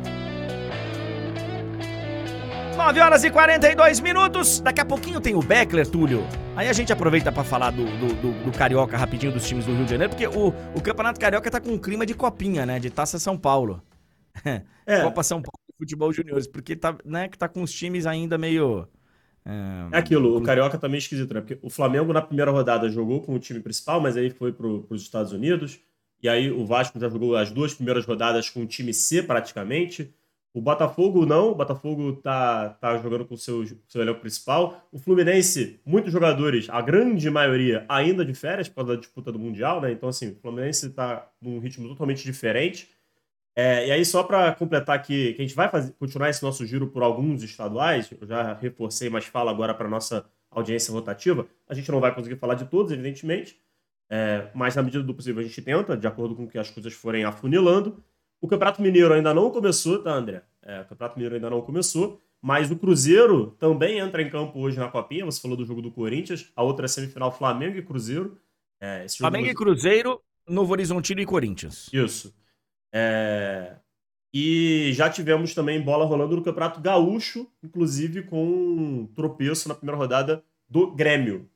nove horas e quarenta e dois minutos. Daqui a pouquinho tem o Beckler, Túlio. Aí a gente aproveita pra falar do, do, do, do Carioca rapidinho, dos times do Rio de Janeiro, porque o, o Campeonato Carioca tá com um clima de copinha, né? De Taça São Paulo. É, Copa São Paulo de Futebol Juniores, porque tá, né, que tá com os times ainda meio... É, é aquilo, o inclu... Carioca tá meio esquisito, né? Porque o Flamengo na primeira rodada jogou com o time principal, mas aí foi pro, pros Estados Unidos. E aí o Vasco já jogou as duas primeiras rodadas com o time C praticamente. O Botafogo não, o Botafogo tá, tá jogando com o seu, seu elenco principal. O Fluminense, muitos jogadores, a grande maioria, ainda de férias por causa da disputa do Mundial, né? Então, assim, o Fluminense tá num ritmo totalmente diferente. É, e aí, só para completar aqui, que a gente vai fazer, continuar esse nosso giro por alguns estaduais, eu já reforcei, mas falo agora para nossa audiência rotativa. A gente não vai conseguir falar de todos, evidentemente, é, mas na medida do possível a gente tenta, de acordo com que as coisas forem afunilando. O Campeonato Mineiro ainda não começou, tá, André? É, o Campeonato Mineiro ainda não começou, mas o Cruzeiro também entra em campo hoje na Copinha. Você falou do jogo do Corinthians, a outra é semifinal Flamengo e Cruzeiro. É, esse jogo Flamengo e do... Cruzeiro, Novo Horizontino e Corinthians. Isso. É, E já tivemos também bola rolando no Campeonato Gaúcho, inclusive com um tropeço na primeira rodada do Grêmio.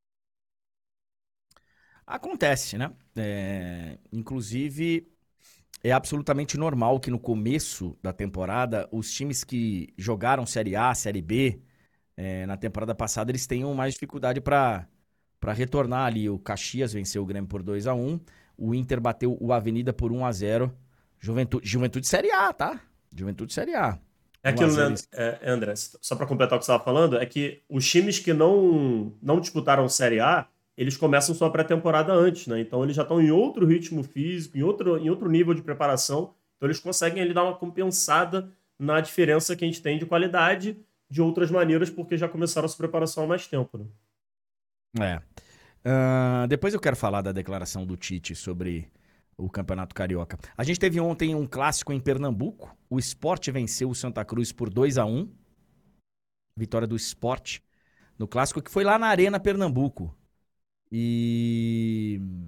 Acontece, né? É, inclusive, é absolutamente normal que no começo da temporada, os times que jogaram Série A, Série B, é, na temporada passada, eles tenham mais dificuldade para para retornar ali. O Caxias venceu o Grêmio por dois a um, o Inter bateu o Avenida por um a zero. Juventude, Juventude Série A, tá? Juventude Série A. É um a aquilo, zero. né, é, André? Só para completar o que você estava falando, é que os times que não, não disputaram Série A, eles começam sua pré-temporada antes, né? Então eles já estão em outro ritmo físico, em outro, em outro nível de preparação. Então eles conseguem ali dar uma compensada na diferença que a gente tem de qualidade de outras maneiras, porque já começaram a sua preparação há mais tempo, né? É. Ah, depois eu quero falar da declaração do Tite sobre o Campeonato Carioca. A gente teve ontem um clássico em Pernambuco. O Sport venceu o Santa Cruz por dois a um. Vitória do Sport no clássico, que foi lá na Arena Pernambuco. E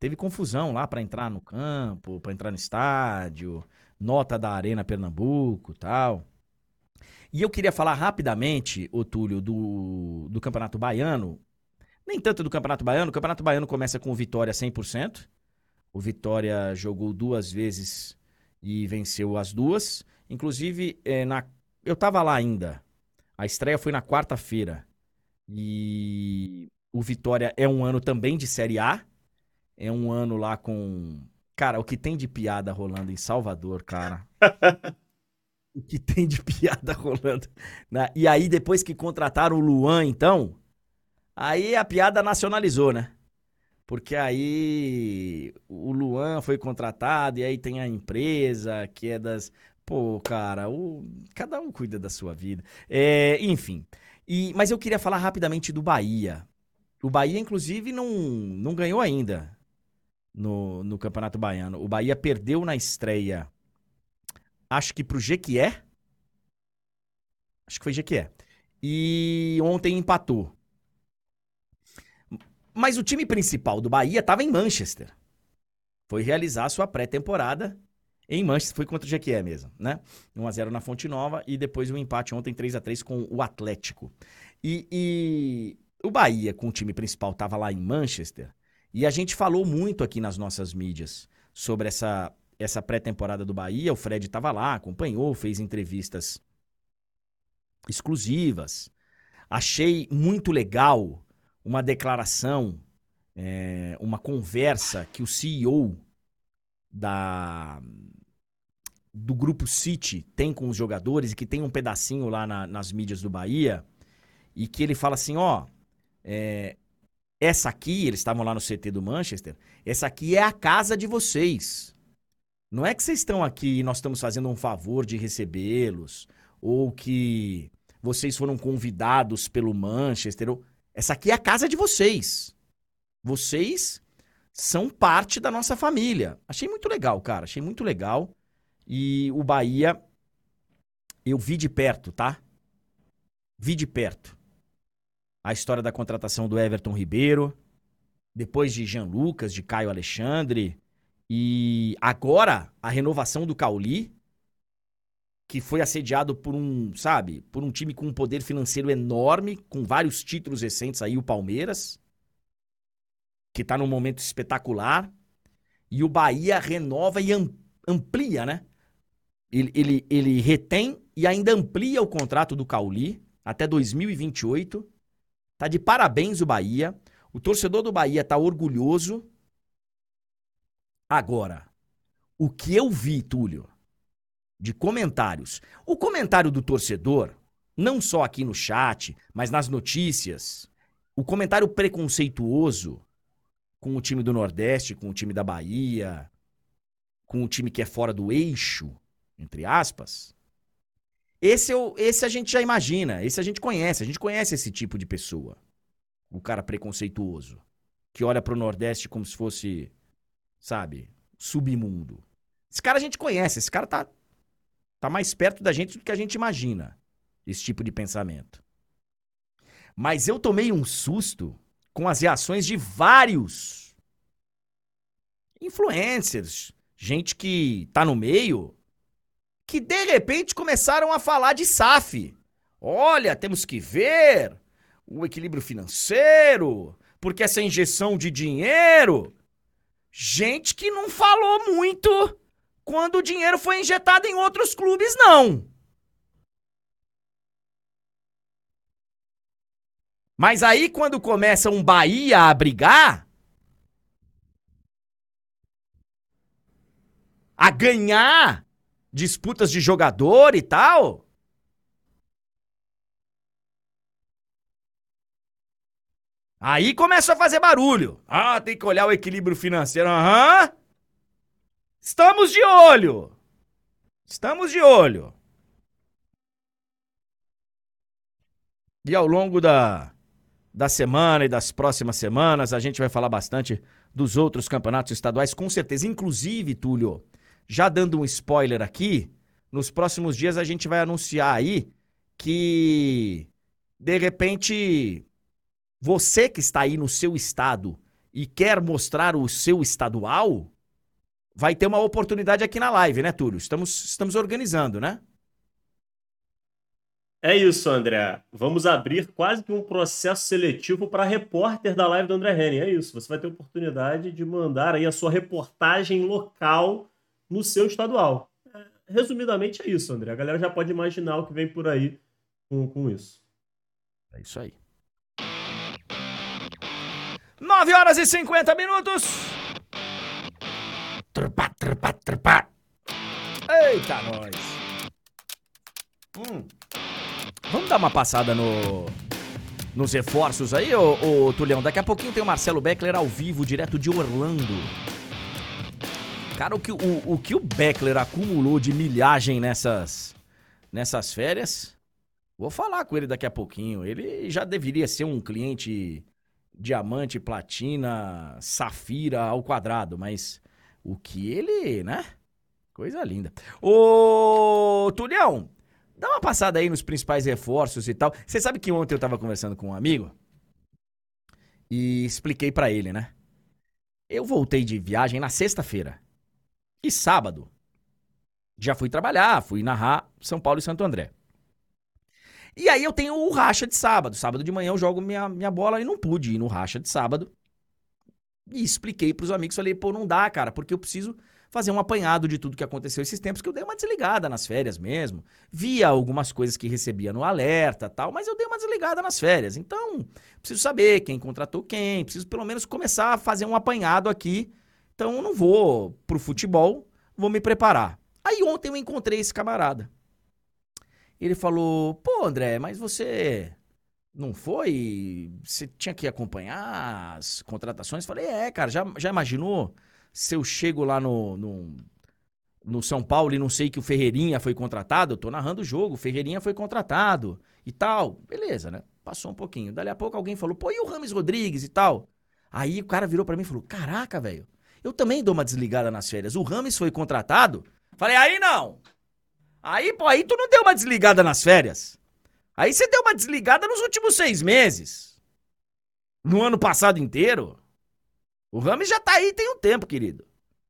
teve confusão lá para entrar no campo, para entrar no estádio, nota da Arena Pernambuco e tal. E eu queria falar rapidamente, ô Túlio, do, do Campeonato Baiano. Nem tanto do Campeonato Baiano. O Campeonato Baiano começa com o Vitória cem por cento. O Vitória jogou duas vezes e venceu as duas. Inclusive, é, na, eu tava lá ainda. A estreia foi na quarta-feira. E o Vitória é um ano também de Série A. É um ano lá com... Cara, o que tem de piada rolando em Salvador, cara. O que tem de piada rolando. Né? E aí, depois que contrataram o Luan, então... Aí a piada nacionalizou, né? Porque aí o Luan foi contratado e aí tem a empresa que é das... Pô, cara, o... cada um cuida da sua vida. É, enfim. E... Mas eu queria falar rapidamente do Bahia. O Bahia, inclusive, não, não ganhou ainda no, no Campeonato Baiano. O Bahia perdeu na estreia, acho que pro Jequié. Acho que foi Jequié. E ontem empatou. Mas o time principal do Bahia estava em Manchester. Foi realizar a sua pré-temporada em Manchester. Foi contra o Jequié mesmo, né? um a zero na Fonte Nova e depois o um empate ontem três a três com o Atlético. E, e o Bahia, com o time principal, estava lá em Manchester. E a gente falou muito aqui nas nossas mídias sobre essa, essa pré-temporada do Bahia. O Fred estava lá, acompanhou, fez entrevistas exclusivas. Achei muito legal uma declaração, é, uma conversa que o C E O da, do Grupo City tem com os jogadores e que tem um pedacinho lá na, nas mídias do Bahia e que ele fala assim, ó, é, essa aqui, eles estavam lá no C T do Manchester, essa aqui é a casa de vocês. Não é que vocês estão aqui e nós estamos fazendo um favor de recebê-los ou que vocês foram convidados pelo Manchester ou... Essa aqui é a casa de vocês. Vocês são parte da nossa família. Achei muito legal, cara. Achei muito legal. E o Bahia, eu vi de perto, tá? Vi de perto. A história da contratação do Everton Ribeiro, depois de Jean Lucas, de Caio Alexandre, e agora a renovação do Cauli, que foi assediado por um, sabe, por um time com um poder financeiro enorme, com vários títulos recentes aí, o Palmeiras, que tá num momento espetacular, e o Bahia renova e amplia, né? Ele, ele, ele retém e ainda amplia o contrato do Cauli até dois mil e vinte e oito. Tá de parabéns o Bahia. O torcedor do Bahia tá orgulhoso. Agora, o que eu vi, Túlio, de comentários. O comentário do torcedor, não só aqui no chat, mas nas notícias, o comentário preconceituoso com o time do Nordeste, com o time da Bahia, com o time que é fora do eixo, entre aspas, esse, eu, esse a gente já imagina, esse a gente conhece, a gente conhece esse tipo de pessoa. O cara preconceituoso, que olha pro Nordeste como se fosse, sabe, submundo. Esse cara a gente conhece, esse cara tá... Tá mais perto da gente do que a gente imagina, esse tipo de pensamento. Mas eu tomei um susto com as reações de vários influencers, gente que tá no meio, que de repente começaram a falar de S A F. Olha, temos que ver o equilíbrio financeiro, porque essa injeção de dinheiro... Gente que não falou muito... quando o dinheiro foi injetado em outros clubes, não. Mas aí, quando começa um Bahia a brigar, a ganhar disputas de jogador e tal, aí começa a fazer barulho. Ah, tem que olhar o equilíbrio financeiro. Aham. Uhum. Estamos de olho. Estamos de olho. E ao longo da, da semana e das próximas semanas, a gente vai falar bastante dos outros campeonatos estaduais, com certeza. Inclusive, Túlio, já dando um spoiler aqui, nos próximos dias a gente vai anunciar aí que, de repente, você que está aí no seu estado e quer mostrar o seu estadual, vai ter uma oportunidade aqui na live, né, Túlio? Estamos, estamos organizando, né? É isso, André. Vamos abrir quase que um processo seletivo para repórter da live do André Henning. É isso. Você vai ter oportunidade de mandar aí a sua reportagem local no seu estadual. É, resumidamente é isso, André. A galera já pode imaginar o que vem por aí com, com isso. É isso aí. nove horas e cinquenta minutos. Trupá, trupá, trupá. Eita, nós. Hum. Vamos dar uma passada no, nos reforços aí, ô, ô Tulhão? Daqui a pouquinho tem o Marcelo Beckler ao vivo, direto de Orlando. Cara, o que o, o, que o Beckler acumulou de milhagem nessas, nessas férias, vou falar com ele daqui a pouquinho. Ele já deveria ser um cliente diamante, platina, safira ao quadrado, mas o que ele, né? Coisa linda. Ô, Tulhão, dá uma passada aí nos principais reforços e tal. Você sabe que ontem eu tava conversando com um amigo e expliquei pra ele, né? Eu voltei de viagem na sexta-feira. E sábado, já fui trabalhar, fui narrar São Paulo e Santo André. E aí eu tenho o racha de sábado. Sábado de manhã eu jogo minha, minha bola e não pude ir no racha de sábado. E expliquei pros amigos, falei, pô, não dá, cara, porque eu preciso fazer um apanhado de tudo que aconteceu esses tempos, que eu dei uma desligada nas férias mesmo. Via algumas coisas que recebia no alerta e tal, mas eu dei uma desligada nas férias. Então, preciso saber quem contratou quem, preciso pelo menos começar a fazer um apanhado aqui. Então, eu não vou pro futebol, vou me preparar. Aí ontem eu encontrei esse camarada. Ele falou, pô, André, mas você não foi? Você tinha que acompanhar as contratações? Falei, é, cara, já, já imaginou se eu chego lá no, no, no São Paulo e não sei que o Ferreirinha foi contratado? Eu tô narrando o jogo, o Ferreirinha foi contratado e tal. Beleza, né? Passou um pouquinho. Dali a pouco alguém falou, pô, e o Rames Rodrigues e tal? Aí o cara virou pra mim e falou, caraca, velho, eu também dou uma desligada nas férias. O Rames foi contratado? Falei, aí não. Aí, pô, aí tu não deu uma desligada nas férias. Aí você deu uma desligada nos últimos seis meses. No ano passado inteiro. O Rames já tá aí tem um tempo, querido.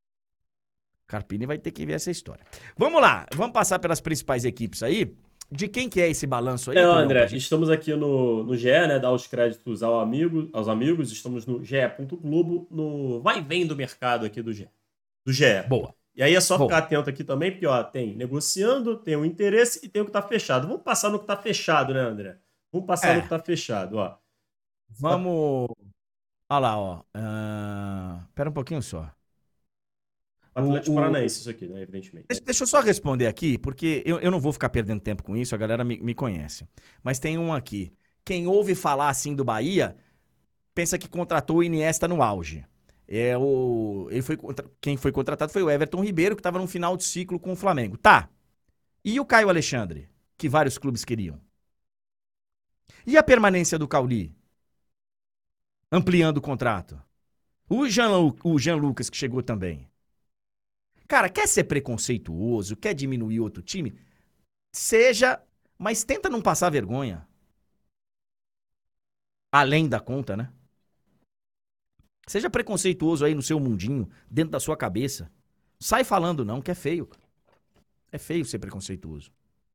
Carpini vai ter que ver essa história. Vamos lá, vamos passar pelas principais equipes aí. De quem que é esse balanço aí? É, Tulhão, André, gente... estamos aqui no, no G E, né? Dar os créditos ao amigo, aos amigos. Estamos no G E ponto Globo, no vai e vem do mercado aqui do G E. Do G E. Boa. E aí é só Boa. ficar atento aqui também, porque ó, tem negociando, tem o interesse e tem o que tá fechado. Vamos passar no que tá fechado, né, André? Vamos passar É. no que tá fechado, ó. Vamos... Olha lá, ó. Uh... Pera um pouquinho só. Atlético O, o... Paranaense, isso aqui, né? Evidentemente. Deixa, deixa eu só responder aqui, porque eu, eu não vou ficar perdendo tempo com isso, a galera me, me conhece. Mas tem um aqui. Quem ouve falar assim do Bahia, pensa que contratou o Iniesta no auge. É o, ele foi, quem foi contratado foi o Everton Ribeiro, que estava no final de ciclo com o Flamengo. Tá. E o Caio Alexandre, que vários clubes queriam? E a permanência do Cauli? Ampliando o contrato. O Jean, o Jean Lucas, que chegou também. Cara, quer ser preconceituoso, quer diminuir outro time? Seja, mas tenta não passar vergonha. Além da conta, né? Seja preconceituoso aí no seu mundinho, dentro da sua cabeça. Sai falando não, que é feio. É feio ser preconceituoso.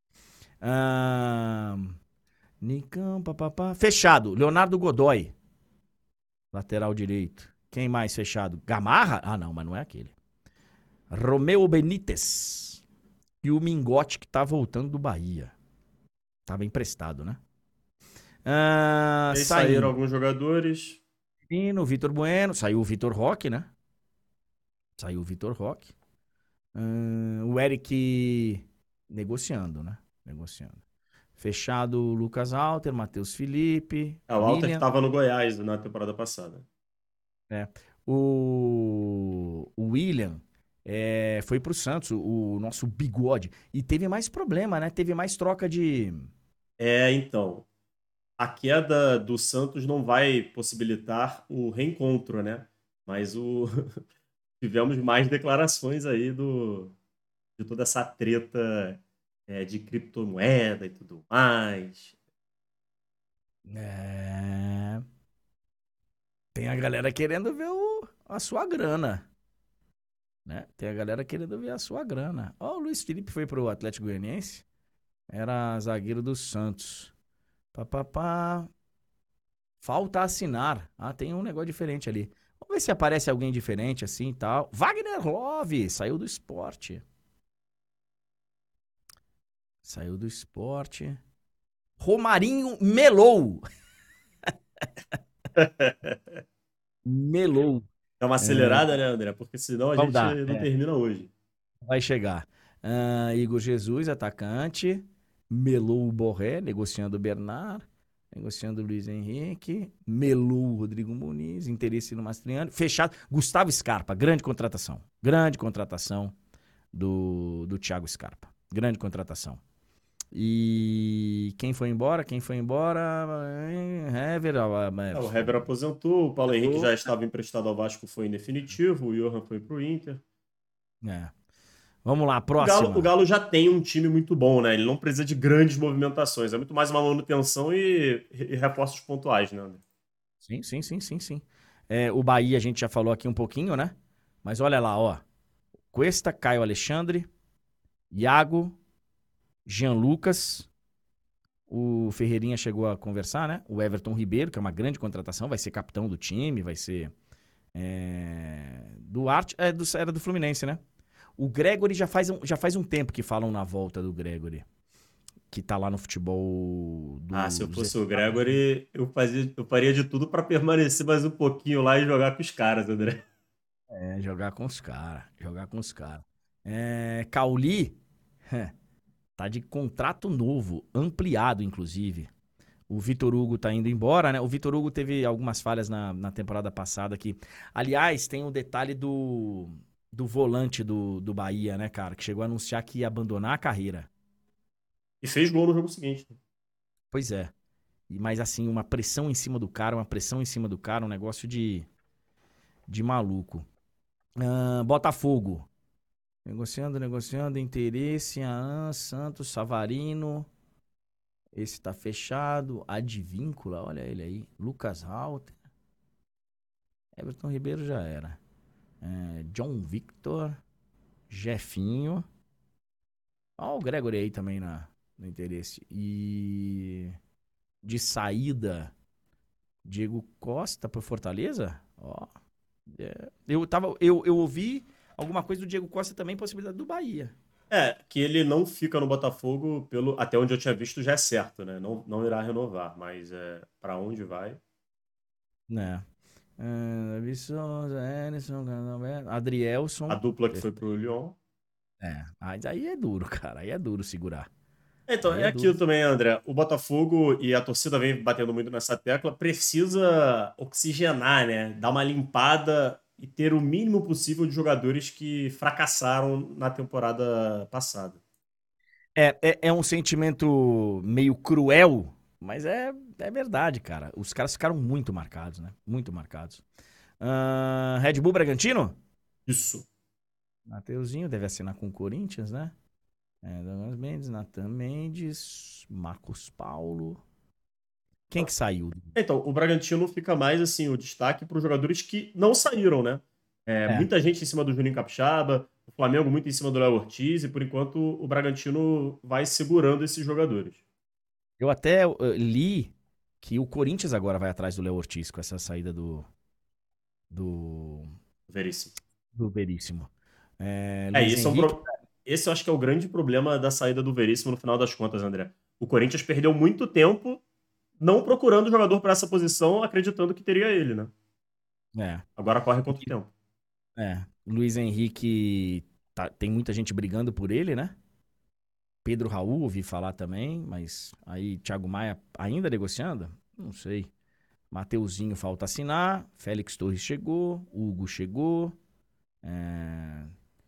Ah, Nicão, papapá. Fechado. Leonardo Godoy. Lateral direito. Quem mais fechado? Gamarra? Ah, não, mas não é aquele. Romeu Benítez. E o Mingote, que tá voltando do Bahia. Tava emprestado, né? Ah, Aí saindo. saíram alguns jogadores. E no Vitor Bueno. Saiu o Vitor Roque, né? Saiu o Vitor Roque. Ah, o Eric negociando, né? Negociando. Fechado o Lucas Alter, Matheus Felipe. Ah, o Alter William. estava no Goiás na temporada passada. É. O, o William é, foi pro Santos, o, o nosso bigode. E teve mais problema, né? Teve mais troca de... É, então. A queda do Santos não vai possibilitar o reencontro, né? Mas o... tivemos mais declarações aí do... de toda essa treta é, de criptomoeda e tudo mais. É... tem a galera querendo ver o, a sua grana, né? Tem a galera querendo ver a sua grana. Ó, o Luiz Felipe foi pro Atlético Goianiense, era zagueiro do Santos. Papapá. Falta assinar. Ah, tem um negócio diferente ali. Vamos ver se aparece alguém diferente assim e tal. Wagner Love saiu do esporte. Saiu do esporte. Romarinho melou. Melou. Dá uma É, acelerada, né, André? Porque senão a vamos gente dar. não É, termina hoje. vai chegar. Ah, Igor Jesus, atacante. Melou o Borré, negociando o Bernard. Negociando o Luiz Henrique. Melou o Rodrigo Muniz. Interesse no Mastriani. Fechado. Gustavo Scarpa, grande contratação. Grande contratação do, do Thiago Scarpa. Grande contratação. E quem foi embora? Quem foi embora? Hever. Ah, o Hever aposentou, o Paulo Henrique Aposentou. já estava emprestado ao Vasco, foi em definitivo, o Johan foi pro Inter. É. Vamos lá, O Galo, o próxima. Galo já tem um time muito bom, né? Ele não precisa de grandes movimentações, é muito mais uma manutenção e, e reforços pontuais, né, André? Sim, sim, sim, sim, sim. É, o Bahia a gente já falou aqui um pouquinho, né? Mas olha lá, ó. Cuesta, Caio Alexandre, Iago, Jean Lucas. O Ferreirinha chegou a conversar, né? O Everton Ribeiro, que é uma grande contratação, vai ser capitão do time, vai ser. É... Duarte, é do, era do Fluminense, né? O Gregory já faz, um, já faz um tempo que falam na volta do Gregory, que tá lá no futebol Ah, se eu dos fosse o Estados Unidos. Gregory, eu, fazia, eu faria de tudo para permanecer mais um pouquinho lá e jogar com os caras, André. É, jogar com os caras, jogar com os caras. É, Cauli, tá de contrato novo, ampliado, inclusive. O Vitor Hugo tá indo embora, né? O Vitor Hugo teve algumas falhas na, na temporada passada aqui. Aliás, tem o detalhe do, do volante do, do Bahia, né, cara? Que chegou a anunciar que ia abandonar a carreira. E fez gol no jogo seguinte, né? Pois é. E- Mas assim, uma pressão em cima do cara, uma pressão em cima do cara, um negócio de, de maluco. Ah, Botafogo. Negociando, negociando, interesse, Ahn, Santos, Savarino. Esse tá fechado. Advíncula, olha ele aí. Lucas Halter. Everton Ribeiro já era. É, John Victor. Jefinho. Ó, o Gregory aí também na, no interesse. E de saída, Diego Costa pro Fortaleza? Ó. É, eu, tava, eu, eu ouvi alguma coisa do Diego Costa também, possibilidade do Bahia. É, que ele não fica no Botafogo, pelo, até onde eu tinha visto, já é certo, né? Não, não irá renovar, mas é, para onde vai? Né? Ah, Davi Souza, Ederson, Canalberto, A Adrielson. dupla que foi pro Lyon. É, mas aí é duro, cara. Aí é duro segurar. Então, Aí é é duro. aquilo também, André. O Botafogo, e a torcida vem batendo muito nessa tecla, precisa oxigenar, né? Dar uma limpada e ter o mínimo possível de jogadores que fracassaram na temporada passada. É, é, é um sentimento meio cruel, mas é, é verdade, cara. Os caras ficaram muito marcados, né? Muito marcados. Ah, Red Bull Bragantino? Isso. Mateuzinho deve assinar com o Corinthians, né? É, Douglas Mendes, Natan Mendes, Marcos Paulo. Quem que saiu? Então, o Bragantino fica mais assim, o destaque para os jogadores que não saíram, né? É, É, muita gente em cima do Juninho Capixaba, o Flamengo muito em cima do Léo Ortiz, e por enquanto o Bragantino vai segurando esses jogadores. eu até uh, li que o Corinthians agora vai atrás do Léo Ortiz com essa saída do, do, Veríssimo. do Veríssimo. É, É, Luiz esse é um Henrique, pro... esse eu acho que é o grande problema da saída do Veríssimo no final das contas, André. O Corinthians perdeu muito tempo não procurando jogador para essa posição, acreditando que teria ele, né? é, Agora corre contra o tempo. é, Luiz Henrique tá- tem muita gente brigando por ele, né? Pedro Raul, ouvi falar também, mas aí Thiago Maia ainda negociando? Não sei. Mateuzinho falta assinar, Félix Torres chegou, Hugo chegou, é,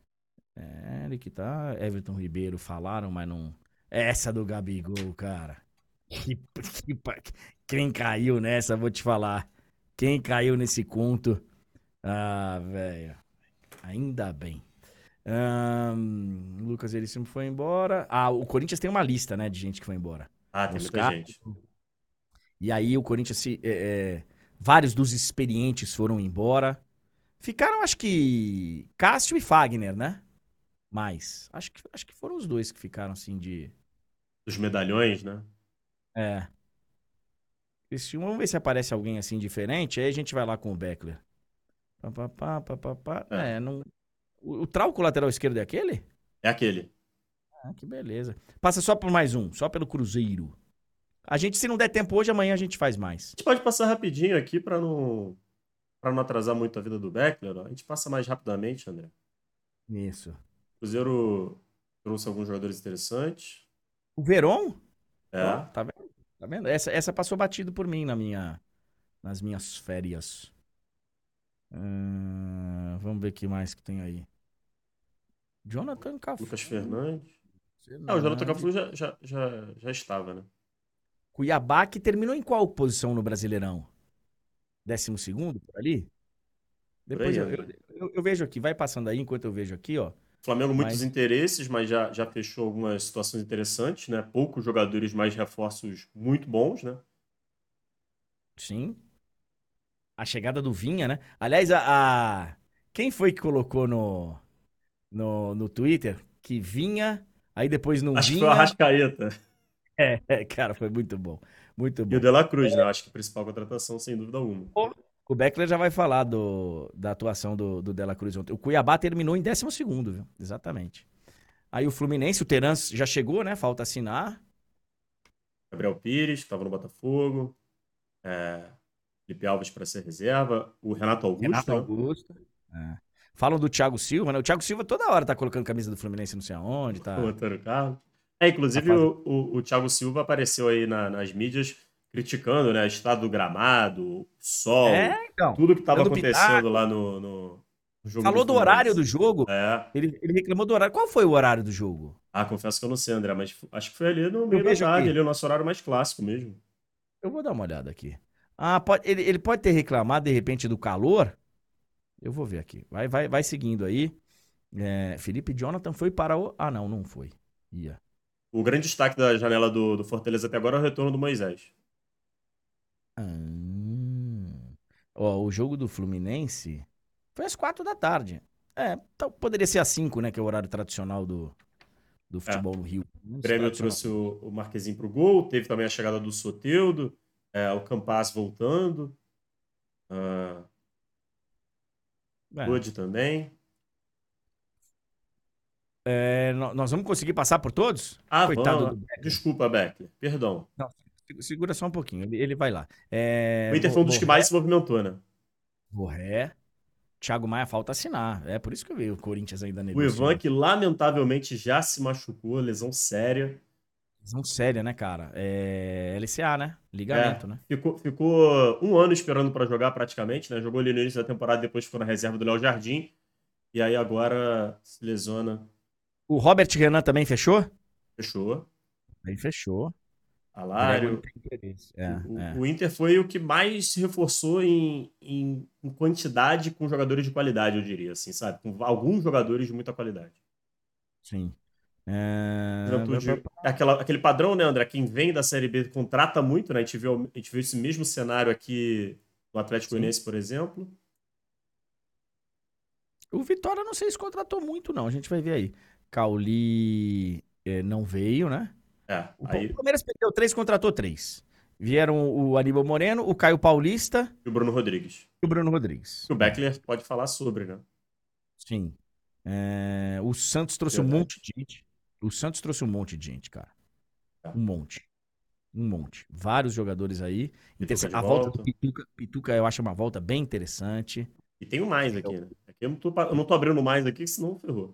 é, Eric tá, Everton Ribeiro falaram, mas não. Essa do Gabigol, cara. Que, que pa- quem caiu nessa, vou te falar. Quem caiu nesse conto? Ah, velho. Ainda bem. Ahn, Lucas Veríssimo foi embora. Ah, o Corinthians tem uma lista, né, de gente que foi embora. Ah, tem muita Moscardo. gente. E aí o Corinthians se, é, é, Vários dos experientes foram embora. Ficaram, acho que, Cássio e Fagner, né? Mais. Acho que, acho que foram os dois que ficaram, assim, de... Dos medalhões, né? É. Esse- Vamos ver se aparece alguém, assim, diferente. Aí a gente vai lá com o Beckler. Pá, pá, pá, pá, pá, pá. É, É, não... O, o Trauco lateral esquerdo é aquele? é aquele. Ah, que beleza. Passa só por mais um, só pelo Cruzeiro. A gente, se não der tempo hoje, amanhã a gente faz mais. A gente pode passar rapidinho aqui para não, para não atrasar muito a vida do Beckler. Ó. A gente passa mais rapidamente, André. Isso. O Cruzeiro trouxe alguns jogadores interessantes. O Verón? Ó, É. tá vendo? Tá vendo? Essa, essa passou batido por mim na minha, nas minhas férias. Hum, vamos ver o que mais que tem aí. Jonathan Cafu. Lucas Fernandes. É, o Jonathan Fernandes. Cafu já, já, já, já estava, né? Cuiabá que terminou em qual posição no Brasileirão? Décimo segundo, por ali? Por Depois aí, eu, eu, André. eu- eu vejo aqui, vai passando aí enquanto eu vejo aqui, ó. Flamengo, muitos Mas, interesses, mas já, já fechou algumas situações interessantes, né? Poucos jogadores, mais reforços muito bons, né? sim. A chegada do Vinha, né? Aliás, a, a- quem foi que colocou no, no, no Twitter que vinha, aí depois não Acho que foi o vinha? Arrascaeta É, é, cara, foi muito bom. Muito e o bom. De La Cruz, né? Acho que a principal contratação, sem dúvida alguma. Pô, o Beckler já vai falar do, da atuação do, do Dela Cruz ontem. O Cuiabá terminou em décimo segundo, viu? Exatamente. Aí o Fluminense, o Terans já chegou, né? Falta assinar. Gabriel Pires, que estava no Botafogo. É, Felipe Alves para ser reserva. O Renato Renato Augusto, né? Augusto. É. Falam do Thiago Silva, né? O Thiago Silva toda hora tá colocando camisa do Fluminense não sei aonde, O tá, Antônio Carlos. É, tá inclusive, fazendo. o, o, o Thiago Silva apareceu aí na- nas mídias criticando, né? O estado do gramado, o É, sol, então. tudo que estava Dando acontecendo pitaco. lá no, no no jogo do Falou do horário Fluminense. do jogo. É. Ele, ele reclamou do horário. Qual foi o horário do jogo? Ah, confesso que eu não sei, André, mas f- acho que foi ali no Eu meio da vejo tarde, aqui. ali o nosso horário mais clássico mesmo. Eu vou dar uma olhada aqui. Ah, pode, ele, ele pode ter reclamado de repente do calor. Eu vou ver aqui. Vai, vai, vai seguindo aí. É, Felipe Jonathan foi para o. Ah, não, não foi. Ia. O grande destaque da janela do, do Fortaleza até agora é o retorno do Moisés. Ah. Ó, o jogo do Fluminense foi às quatro da tarde. É, então poderia ser às cinco, né? Que é o horário tradicional do, do É. futebol no Rio. O Menos Grêmio tradicional. trouxe o, o Marquezinho pro gol, teve também a chegada do Soteldo, é, o Campas voltando, ah, É. Bud também. É, nó- nós vamos conseguir passar por todos? Ah, Coitado van. do Beckler. Desculpa, Beckler, perdão. Não, se- segura só um pouquinho, ele, ele vai lá. O É, Inter Bo- foi um dos que mais Borré, se movimentou, né? Borré, Thiago Maia falta assinar. É por isso que eu vi o Corinthians ainda O Ivan, negociando. que lamentavelmente já se machucou, lesão séria. Lesão séria, né, cara? É L C A, né? É, Ligamento, né? ficou, ficou um ano esperando para jogar praticamente, né? Jogou ali no início da temporada, depois ficou na reserva do Léo Jardim. E aí agora se lesiona. O Robert Renan também fechou? Fechou. Aí fechou. Gregory Salário. tem interesse. É, O, o, é. o Inter foi o que mais se reforçou em, em, em quantidade com jogadores de qualidade, eu diria, assim, sabe? Com alguns jogadores de muita qualidade. Sim. É... Juventude, aquela, aquele padrão, né, André? Quem vem da Série B contrata muito, né? A gente viu, a gente viu esse mesmo cenário aqui no Atlético Sim. Goianiense, por exemplo. O Vitória não sei se contratou muito, não. A gente vai ver aí. Cauli é, não veio, né? É, O Pa- o aí Palmeiras perdeu três, contratou três. Vieram o Aníbal Moreno, o Caio Paulista e o Bruno Rodrigues. e o Bruno Rodrigues. Que o Beckler pode falar sobre, né? Sim. É, o Santos trouxe um Verdade. monte de gente. O Santos trouxe um monte de gente, cara. É. Um monte. Um monte. Vários jogadores aí. Pituca Interessante. de A volta volta. do Pituca, Pituca, eu acho uma volta bem interessante. E tem um mais aqui, né? Aqui eu não tô, pa- eu não tô abrindo mais aqui, senão ferrou.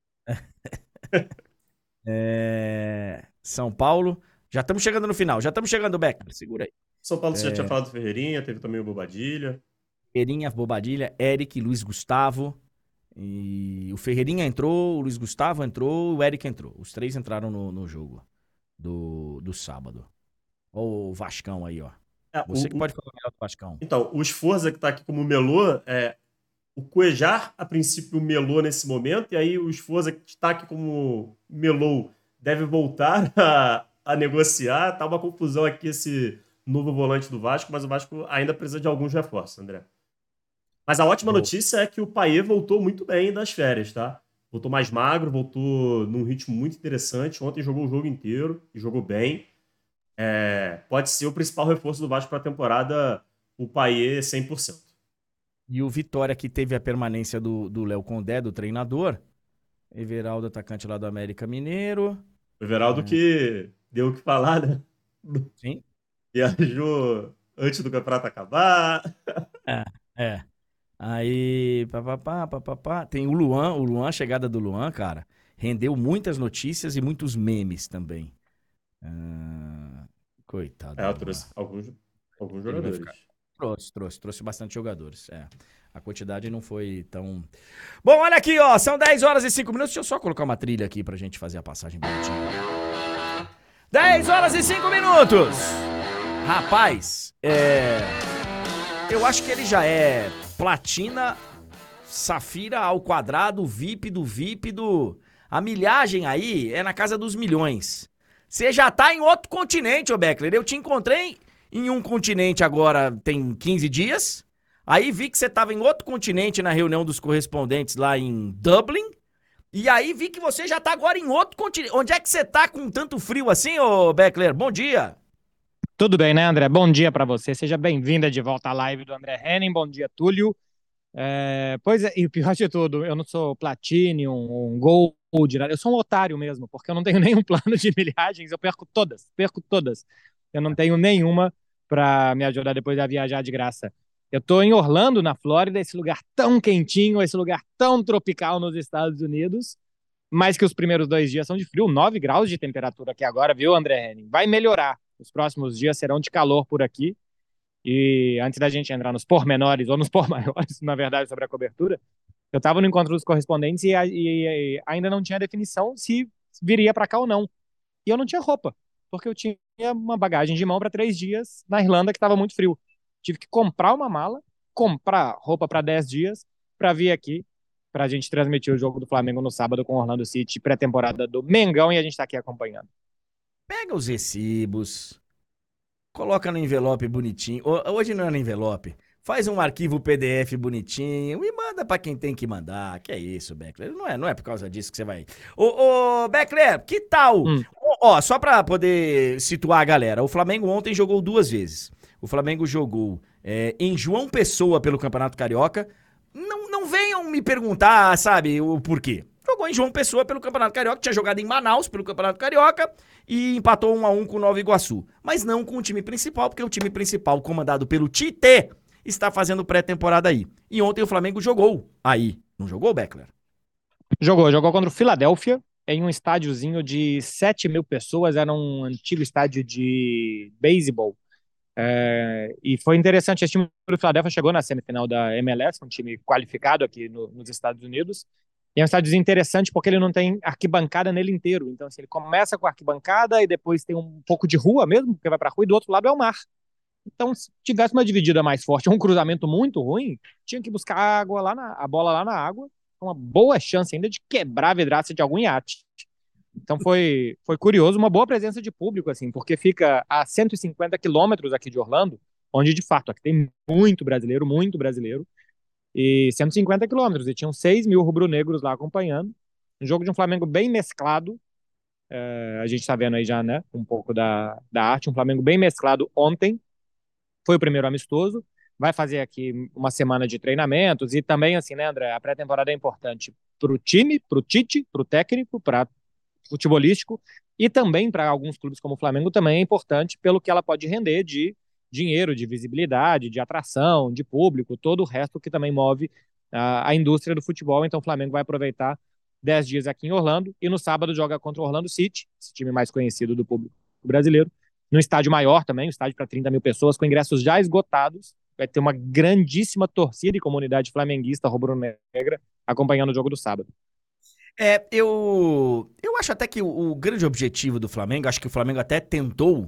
É, São Paulo. Já estamos chegando no final. Já estamos chegando, Becker. Segura aí. São Paulo, você já É. tinha falado do Ferreirinha, teve também o Bobadilha. Ferreirinha, Bobadilha, Eric, Luiz Gustavo. E o Ferreirinha entrou, o Luiz Gustavo entrou, o Eric entrou. Os três entraram no, no jogo do, do sábado. Ó o Vascão aí, ó. É, Você o- que o- pode falar melhor do Vascão. Então, o Sforza que tá aqui como melô, é, o Cuejar, a princípio, melou nesse momento, e aí o Sforza que está aqui como melou deve voltar a, a negociar. Tá uma confusão aqui esse novo volante do Vasco, mas o Vasco ainda precisa de alguns reforços, André. Mas a ótima Boa. notícia é que o Payet voltou muito bem das férias, tá? Voltou mais magro, voltou num ritmo muito interessante. Ontem jogou o jogo inteiro e jogou bem. É, pode ser o principal reforço do Vasco para a temporada, o Payet cem por cento. E o Vitória, que teve a permanência do do Léo Condé, do treinador. Everaldo, atacante lá do América Mineiro. O Everaldo É. que deu o que falar, né? Sim. Viajou antes do campeonato acabar. É, é. Aí, papapá, papapá. Tem o Luan, o Luan, a chegada do Luan, cara, rendeu muitas notícias e muitos memes também. Ah, coitado É, do eu Luan. trouxe alguns, alguns Ele vai jogadores. ficar. Trouxe, trouxe, trouxe bastante jogadores. É. A quantidade não foi tão. Bom, olha aqui, ó. São dez horas e cinco minutos. Deixa eu só colocar uma trilha aqui pra gente fazer a passagem bonitinha. dez horas e cinco minutos. Rapaz, é. Eu acho que ele já é platina, safira ao quadrado, V I P do V I P do... A milhagem aí é na casa dos milhões. Você já tá em outro continente, ô Beckler. Eu te encontrei em um continente agora tem quinze dias. Aí vi que você tava em outro continente na reunião dos correspondentes lá em Dublin. E aí vi que você já tá agora em outro continente. Onde é que você tá com tanto frio assim, ô Beckler? Bom dia. Tudo bem, né, André? Bom dia para você. Seja bem-vinda de volta à live do André Henning. Bom dia, Túlio. É, pois é, e o pior de tudo, eu não sou Platinum, um Gold, eu sou um otário mesmo, porque eu não tenho nenhum plano de milhagens, eu perco todas, perco todas. Eu não tenho nenhuma para me ajudar depois a viajar de graça. Eu tô em Orlando, na Flórida, esse lugar tão quentinho, esse lugar tão tropical nos Estados Unidos, mas que os primeiros dois dias são de frio, nove graus de temperatura aqui agora, viu, André Henning? Vai melhorar. Os próximos dias serão de calor por aqui. E antes da gente entrar nos pormenores, ou nos pormaiores, na verdade, sobre a cobertura, eu estava no encontro dos correspondentes e, e, e ainda não tinha definição se viria para cá ou não. E eu não tinha roupa, porque eu tinha uma bagagem de mão para três dias na Irlanda que estava muito frio. Tive que comprar uma mala, comprar roupa para dez dias, para vir aqui, para a gente transmitir o jogo do Flamengo no sábado com o Orlando City, pré-temporada do Mengão, e a gente está aqui acompanhando. Pega os recibos, coloca no envelope bonitinho. Hoje não é no envelope. Faz um arquivo P D F bonitinho e manda pra quem tem que mandar. Que é isso, Beckler? Não é, não é por causa disso que você vai... Ô, ô Beckler, que tal? Hum. Ó, só pra poder situar a galera. O Flamengo ontem jogou duas vezes. O Flamengo jogou é, em João Pessoa pelo Campeonato Carioca. Não, não venham me perguntar, sabe, o porquê. Jogou em João Pessoa pelo Campeonato Carioca, tinha jogado em Manaus pelo Campeonato Carioca e empatou um a um com o Nova Iguaçu. Mas não com o time principal, porque o time principal, comandado pelo Tite, está fazendo pré-temporada aí. E ontem o Flamengo jogou aí. Não jogou, Beckler? Jogou, jogou contra o Philadelphia, em um estádiozinho de sete mil pessoas, era um antigo estádio de beisebol. É, e foi interessante, esse time do Philadelphia chegou na semifinal da M L S, um time qualificado aqui no, nos Estados Unidos. E é um estádio interessante porque ele não tem arquibancada nele inteiro. Então, assim, ele começa com arquibancada e depois tem um pouco de rua mesmo, porque vai para a rua, e do outro lado é o mar. Então, se tivesse uma dividida mais forte, um cruzamento muito ruim, tinha que buscar água lá na, a bola lá na água, com uma boa chance ainda de quebrar a vidraça de algum iate. Então foi, foi curioso, uma boa presença de público, assim, porque fica a cento e cinquenta quilômetros aqui de Orlando, onde de fato aqui tem muito brasileiro, muito brasileiro, e cento e cinquenta quilômetros, e tinham seis mil rubro-negros lá acompanhando. Um jogo de um Flamengo bem mesclado, é, a gente está vendo aí já, né, um pouco da, da arte, um Flamengo bem mesclado ontem, foi o primeiro amistoso, vai fazer aqui uma semana de treinamentos, e também, assim, né, André, a pré-temporada é importante para o time, para o Tite, para o técnico, para futebolístico, e também para alguns clubes como o Flamengo também é importante pelo que ela pode render de dinheiro, de visibilidade, de atração, de público, todo o resto que também move a, a indústria do futebol. Então o Flamengo vai aproveitar dez dias aqui em Orlando e no sábado joga contra o Orlando City, esse time mais conhecido do público brasileiro, num estádio maior também, um estádio para trinta mil pessoas, com ingressos já esgotados. Vai ter uma grandíssima torcida e comunidade flamenguista rubro-negra acompanhando o jogo do sábado. É, eu, eu acho até que o, o grande objetivo do Flamengo, acho que o Flamengo até tentou,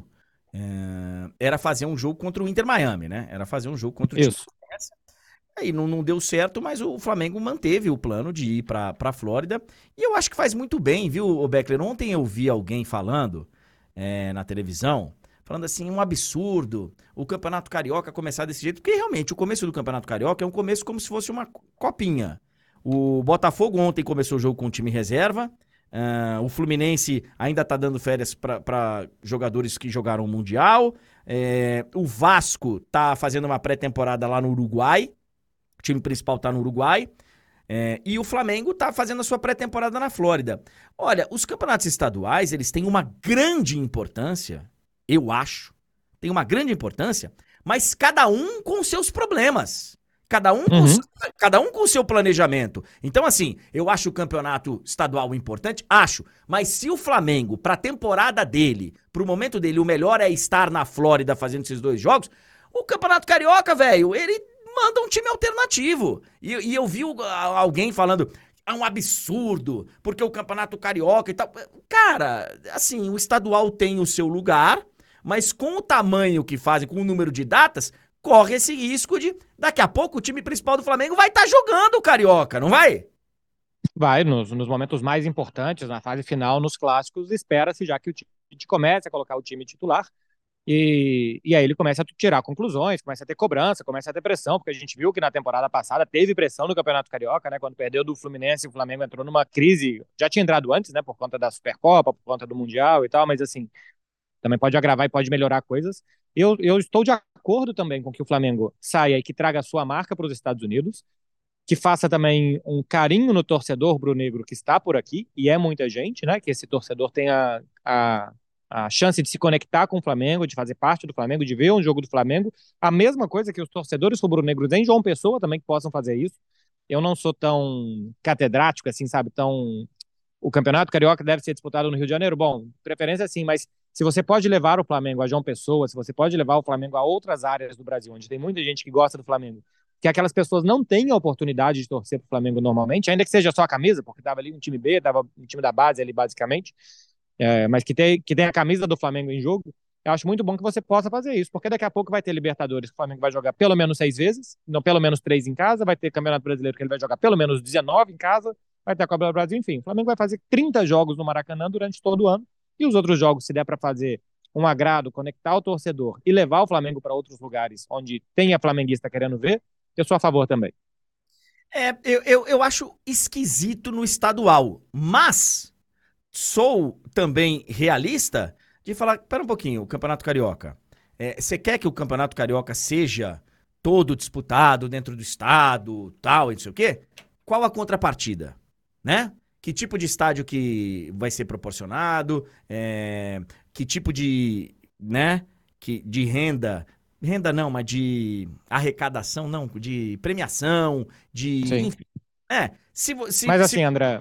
é, era fazer um jogo contra o Inter Miami, né? Era fazer um jogo contra o Isso. time. Aí não, não deu certo, mas o Flamengo manteve o plano de ir pra, pra Flórida. E eu acho que faz muito bem, viu, Beckler? Ontem eu vi alguém falando é, na televisão, falando assim, um absurdo o Campeonato Carioca começar desse jeito, porque realmente o começo do Campeonato Carioca é um começo como se fosse uma copinha. O Botafogo ontem começou o jogo com o time reserva, uh, o Fluminense ainda tá dando férias para jogadores que jogaram o Mundial, é, o Vasco tá fazendo uma pré-temporada lá no Uruguai, o time principal tá no Uruguai, é, e o Flamengo tá fazendo a sua pré-temporada na Flórida. Olha, os campeonatos estaduais, eles têm uma grande importância, eu acho, tem uma grande importância, mas cada um com seus problemas. Cada um, com, Uhum. cada um com o seu planejamento. Então, assim, eu acho o campeonato estadual importante? Acho. Mas se o Flamengo, pra temporada dele, pro momento dele, o melhor é estar na Flórida fazendo esses dois jogos, o Campeonato Carioca, velho, ele manda um time alternativo. E, e eu vi o- a- alguém falando, é um absurdo, porque o Campeonato Carioca e tal. Cara, assim, o estadual tem o seu lugar, mas com o tamanho que fazem, com o número de datas, corre esse risco de, daqui a pouco, o time principal do Flamengo vai estar jogando o Carioca, não vai? Vai, nos, nos momentos mais importantes, na fase final, nos clássicos, espera-se já que o time comece a colocar o time titular e, e aí ele começa a tirar conclusões, começa a ter cobrança, começa a ter pressão, porque a gente viu que na temporada passada teve pressão no Campeonato Carioca, né? Quando perdeu do Fluminense, o Flamengo entrou numa crise, já tinha entrado antes, né? Por conta da Supercopa, por conta do Mundial e tal, mas assim, também pode agravar e pode melhorar coisas. Eu, eu estou de acordo também com que o Flamengo saia e que traga a sua marca para os Estados Unidos, que faça também um carinho no torcedor rubro-negro que está por aqui, e é muita gente, né? Que esse torcedor tenha a, a chance de se conectar com o Flamengo, de fazer parte do Flamengo, de ver um jogo do Flamengo. A mesma coisa que os torcedores rubro-negros em João Pessoa também que possam fazer isso. Eu não sou tão catedrático, assim, sabe? Tão o Campeonato Carioca deve ser disputado no Rio de Janeiro? Bom, preferência sim, mas se você pode levar o Flamengo a João Pessoa, se você pode levar o Flamengo a outras áreas do Brasil, onde tem muita gente que gosta do Flamengo, que aquelas pessoas não têm a oportunidade de torcer para o Flamengo normalmente, ainda que seja só a camisa, porque estava ali um time B, estava um time da base ali basicamente, é, mas que tem, que tem a camisa do Flamengo em jogo, eu acho muito bom que você possa fazer isso, porque daqui a pouco vai ter Libertadores que o Flamengo vai jogar pelo menos seis vezes, não pelo menos três em casa, vai ter Campeonato Brasileiro que ele vai jogar pelo menos dezenove em casa, vai ter a Copa do Brasil, enfim. O Flamengo vai fazer trinta jogos no Maracanã durante todo o ano, e os outros jogos, se der para fazer um agrado, conectar o torcedor e levar o Flamengo para outros lugares onde tenha flamenguista querendo ver, eu sou a favor também. É, eu, eu, eu acho esquisito no estadual, mas sou também realista de falar, pera um pouquinho, o Campeonato Carioca. É, você quer que o Campeonato Carioca seja todo disputado dentro do estado, tal, e não sei o quê? Qual a contrapartida, né? Que tipo de estádio que vai ser proporcionado? É, que tipo de, né? Que, de renda, renda não, mas de arrecadação, não, de premiação, de, Sim. enfim. É, se, vo- se, Mas se assim, André,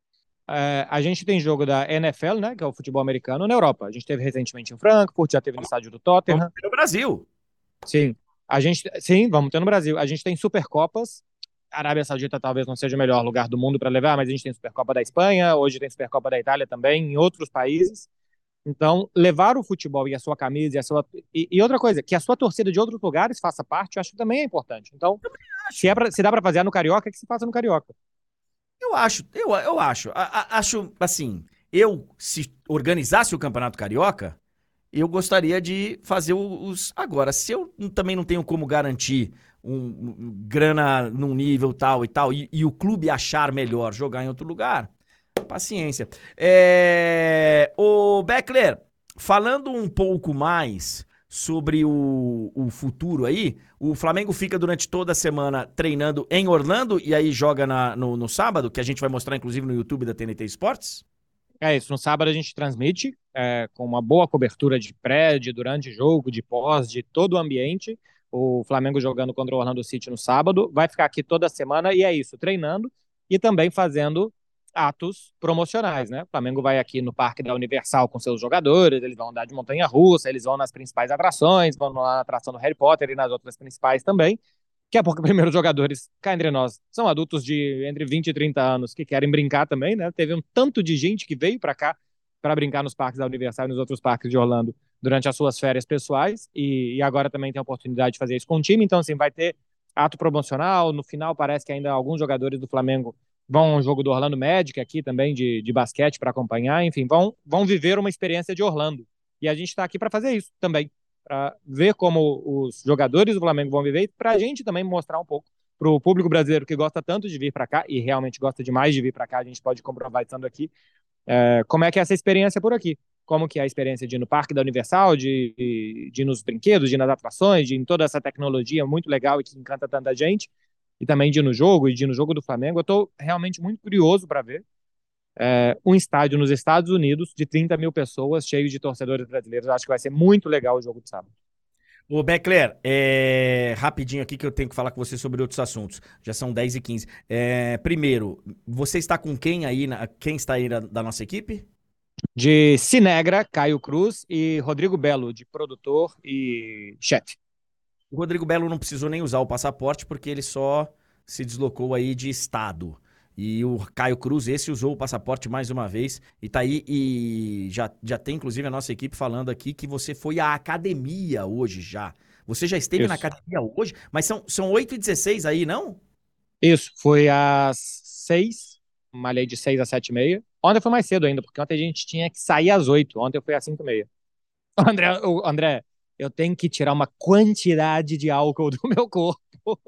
é, a gente tem jogo da N F L, né, que é o futebol americano, na Europa. A gente teve recentemente em Frankfurt, já teve no estádio do vamos Tottenham. ter no Brasil. Sim. A gente, sim, vamos ter no Brasil. A gente tem Supercopas. A Arábia Saudita talvez não seja o melhor lugar do mundo para levar, mas a gente tem Supercopa da Espanha, hoje tem Supercopa da Itália também, em outros países. Então, levar o futebol e a sua camisa e a sua. E, e outra coisa, que a sua torcida de outros lugares faça parte, eu acho que também é importante. Então, se, é pra, se dá para fazer no Carioca, que se faça no Carioca. Eu acho, eu, eu acho. A- a- acho, assim, eu, se organizasse o Campeonato Carioca, eu gostaria de fazer o- os. Agora, se eu n- também não tenho como garantir um, um- grana num nível tal e tal, e, e o clube achar melhor jogar em outro lugar, paciência. É... Ô, Beckler, falando um pouco mais sobre o, o futuro aí, o Flamengo fica durante toda a semana treinando em Orlando e aí joga na- no, no sábado, que a gente vai mostrar inclusive no YouTube da T N T Esportes? É isso. No sábado a gente transmite é, com uma boa cobertura de pré, de durante o jogo, de pós, de todo o ambiente. O Flamengo jogando contra o Orlando City no sábado. Vai ficar aqui toda semana e é isso, treinando e também fazendo atos promocionais, né? O Flamengo vai aqui no Parque da Universal com seus jogadores, eles vão andar de montanha-russa, eles vão nas principais atrações, vão lá na atração do Harry Potter e nas outras principais também. Que é porque, primeiro, os jogadores, cá entre nós, são adultos de entre vinte e trinta anos que querem brincar também, né? Teve um tanto de gente que veio para cá para brincar nos parques da Universal e nos outros parques de Orlando durante as suas férias pessoais e, e agora também tem a oportunidade de fazer isso com o time. Então, assim, vai ter ato promocional. No final, parece que ainda alguns jogadores do Flamengo vão ao jogo do Orlando Magic aqui também de, de basquete para acompanhar. Enfim, vão, vão viver uma experiência de Orlando. E a gente está aqui para fazer isso também, para ver como os jogadores do Flamengo vão viver e para a gente também mostrar um pouco para o público brasileiro que gosta tanto de vir para cá e realmente gosta demais de vir para cá, a gente pode comprovar estando aqui, é, como é que é essa experiência por aqui. Como que é a experiência de ir no Parque da Universal, de, de ir nos brinquedos, de ir nas atrações, de ir em toda essa tecnologia muito legal e que encanta tanta gente, e também de ir no jogo, e de ir no jogo do Flamengo. Eu estou realmente muito curioso para ver é, um estádio nos Estados Unidos de trinta mil pessoas, cheio de torcedores brasileiros. Eu acho que vai ser muito legal o jogo de sábado. Ô, Beckler, é... rapidinho aqui que eu tenho que falar com você sobre outros assuntos. Já são dez e quinze. É... Primeiro, você está com quem aí? Na... Quem está aí na... da nossa equipe? De Cinegra, Caio Cruz e Rodrigo Belo, de produtor e chefe. O Rodrigo Belo não precisou nem usar o passaporte porque ele só se deslocou aí de estado. E o Caio Cruz, esse usou o passaporte mais uma vez e tá aí e já, já tem inclusive a nossa equipe falando aqui que você foi à academia hoje já. Você já esteve Isso. na academia hoje? Mas são, são oito e dezesseis aí, não? Isso, foi às seis, malhei de seis às sete e meia. Ontem foi mais cedo ainda, porque ontem a gente tinha que sair às oito. Ontem eu fui às cinco e meia. André, o, André, eu tenho que tirar uma quantidade de álcool do meu corpo.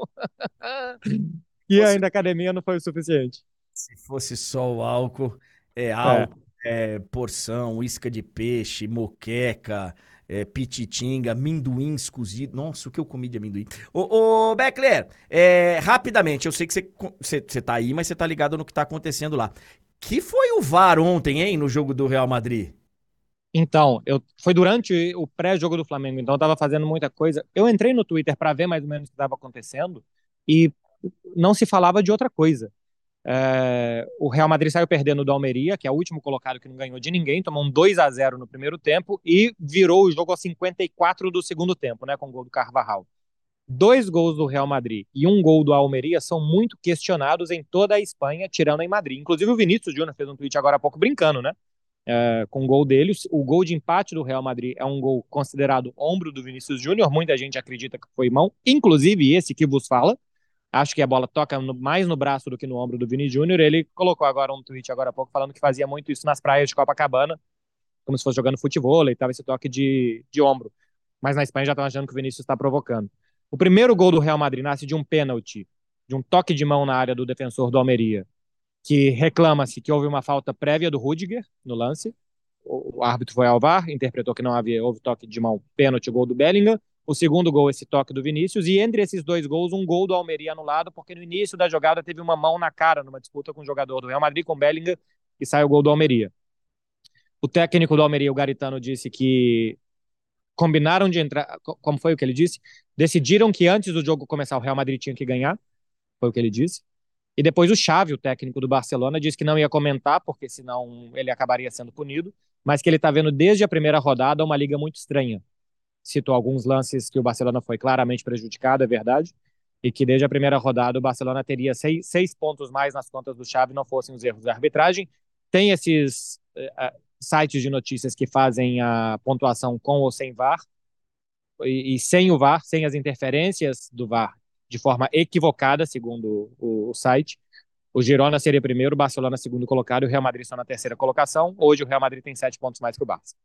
E Você- ainda a academia não foi o suficiente. Se fosse só o álcool, é É, álcool, é porção, isca de peixe, moqueca, é pititinga, amendoins cozido. Nossa, o que eu comi de amendoim. Ô, ô Beckler, é, rapidamente, eu sei que você, você, você tá aí, mas você tá ligado no que tá acontecendo lá. Que foi o V A R ontem, hein, no jogo do Real Madrid? então, eu, foi durante o pré-jogo do Flamengo, então eu tava fazendo muita coisa. Eu entrei no Twitter para ver mais ou menos o que estava acontecendo e não se falava de outra coisa. É, o Real Madrid saiu perdendo do Almeria, que é o último colocado que não ganhou de ninguém, tomou um dois a zero no primeiro tempo e virou o jogo aos cinquenta e quatro do segundo tempo, né, com o gol do Carvajal. Dois gols do Real Madrid e um gol do Almeria são muito questionados em toda a Espanha, tirando em Madrid. Inclusive o Vinícius Júnior fez um tweet agora há pouco brincando, né? É, com o gol dele. O gol de empate do Real Madrid é um gol considerado ombro do Vinícius Júnior. Muita gente acredita que foi mão, inclusive esse que vos fala. Acho que a bola toca no, mais no braço do que no ombro do Vini Júnior. Ele colocou agora um tweet agora há pouco falando que fazia muito isso nas praias de Copacabana, como se fosse jogando futebol e tava esse toque de, de ombro. Mas na Espanha já estão achando que o Vinícius está provocando. O primeiro gol do Real Madrid nasce de um pênalti, de um toque de mão na área do defensor do Almeria, que reclama-se que houve uma falta prévia do Rudiger no lance. O, o árbitro foi ao V A R, interpretou que não havia, houve toque de mão, pênalti, gol do Bellingham. O segundo gol, esse toque do Vinícius, e entre esses dois gols, um gol do Almeria anulado, porque no início da jogada teve uma mão na cara numa disputa com o jogador do Real Madrid, com o Bellingham, e sai o gol do Almeria. O técnico do Almeria, o Garitano, disse que combinaram de entrar, como foi o que ele disse? Decidiram que antes do jogo começar o Real Madrid tinha que ganhar, foi o que ele disse. E depois o Xavi, o técnico do Barcelona, disse que não ia comentar, porque senão ele acabaria sendo punido, mas que ele está vendo desde a primeira rodada uma liga muito estranha. Citou alguns lances que o Barcelona foi claramente prejudicado, é verdade, e que desde a primeira rodada o Barcelona teria seis, seis pontos mais nas contas do Xavi, não fossem os erros da arbitragem. Tem esses uh, sites de notícias que fazem a pontuação com ou sem V A R, e, e sem o V A R, sem as interferências do V A R, de forma equivocada, segundo o, o site. O Girona seria primeiro, o Barcelona segundo colocado e o Real Madrid só na terceira colocação. Hoje o Real Madrid tem sete pontos mais que o Barça.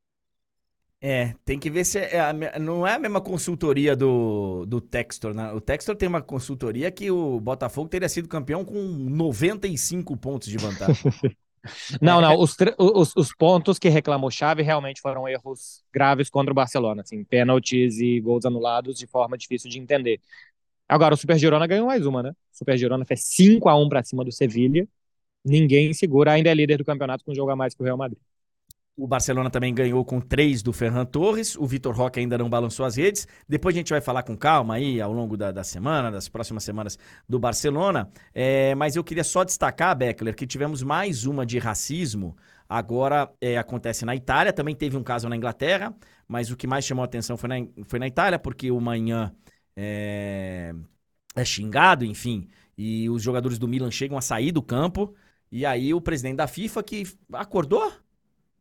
É, tem que ver se é a, não é a mesma consultoria do, do Textor, né? O Textor tem uma consultoria que o Botafogo teria sido campeão com noventa e cinco pontos de vantagem. Não, É. não, os, os, os pontos que reclamou Xavi realmente foram erros graves contra o Barcelona, assim, pênaltis e gols anulados de forma difícil de entender. Agora, o Super Girona ganhou mais uma, né? O Super Girona fez cinco a um para cima do Sevilha, ninguém segura, ainda é líder do campeonato com um jogo a mais que o Real Madrid. O Barcelona também ganhou com três do Ferran Torres, o Vitor Roque ainda não balançou as redes. Depois a gente vai falar com calma aí ao longo da, da semana, das próximas semanas do Barcelona. É, mas eu queria só destacar, Beckler, que tivemos mais uma de racismo. Agora é, acontece na Itália, também teve um caso na Inglaterra, mas o que mais chamou a atenção foi na, foi na Itália, porque o Manhã é, é xingado, enfim, e os jogadores do Milan chegam a sair do campo, e aí o presidente da FIFA que acordou...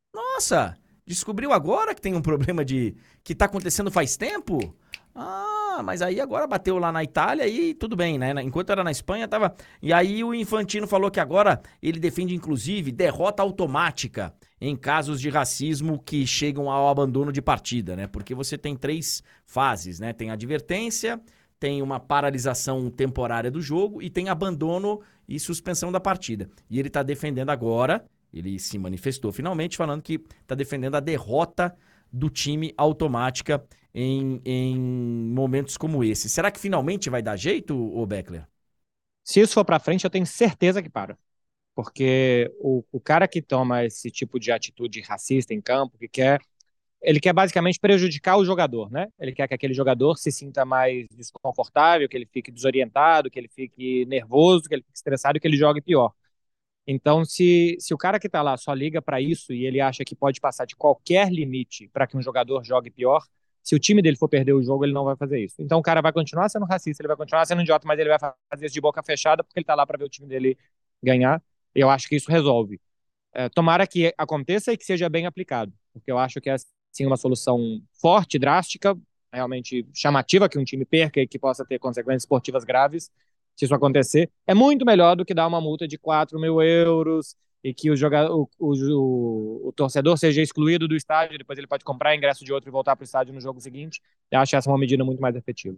Nossa, descobriu agora que tem um problema de... que tá acontecendo faz tempo? Ah, Ah, mas aí agora bateu lá na Itália e tudo bem, né? Enquanto era na Espanha, tava... E aí o Infantino falou que agora ele defende, inclusive, derrota automática em casos de racismo que chegam ao abandono de partida, né? Porque você tem três fases, né? Tem advertência, tem uma paralisação temporária do jogo e tem abandono e suspensão da partida. E ele tá defendendo agora, ele se manifestou finalmente falando que tá defendendo a derrota do time automática em, em momentos como esse. Será que finalmente vai dar jeito, ô Beckler? Se isso for para frente, eu tenho certeza que para. Porque o, o cara que toma esse tipo de atitude racista em campo, que quer, ele quer basicamente prejudicar o jogador, né? Ele quer que aquele jogador se sinta mais desconfortável, que ele fique desorientado, que ele fique nervoso, que ele fique estressado e que ele jogue pior. Então, se, se o cara que está lá só liga para isso e ele acha que pode passar de qualquer limite para que um jogador jogue pior, se o time dele for perder o jogo, ele não vai fazer isso. Então, o cara vai continuar sendo racista, ele vai continuar sendo idiota, mas ele vai fazer isso de boca fechada porque ele está lá para ver o time dele ganhar. Eu acho que isso resolve. É, tomara que aconteça e que seja bem aplicado, porque eu acho que é assim, uma solução forte, drástica, realmente chamativa que um time perca e que possa ter consequências esportivas graves. Se isso acontecer, é muito melhor do que dar uma multa de quatro mil euros e que o, jogador, o, o, o torcedor seja excluído do estádio, depois ele pode comprar ingresso de outro e voltar para o estádio no jogo seguinte. Eu acho essa uma medida muito mais efetiva.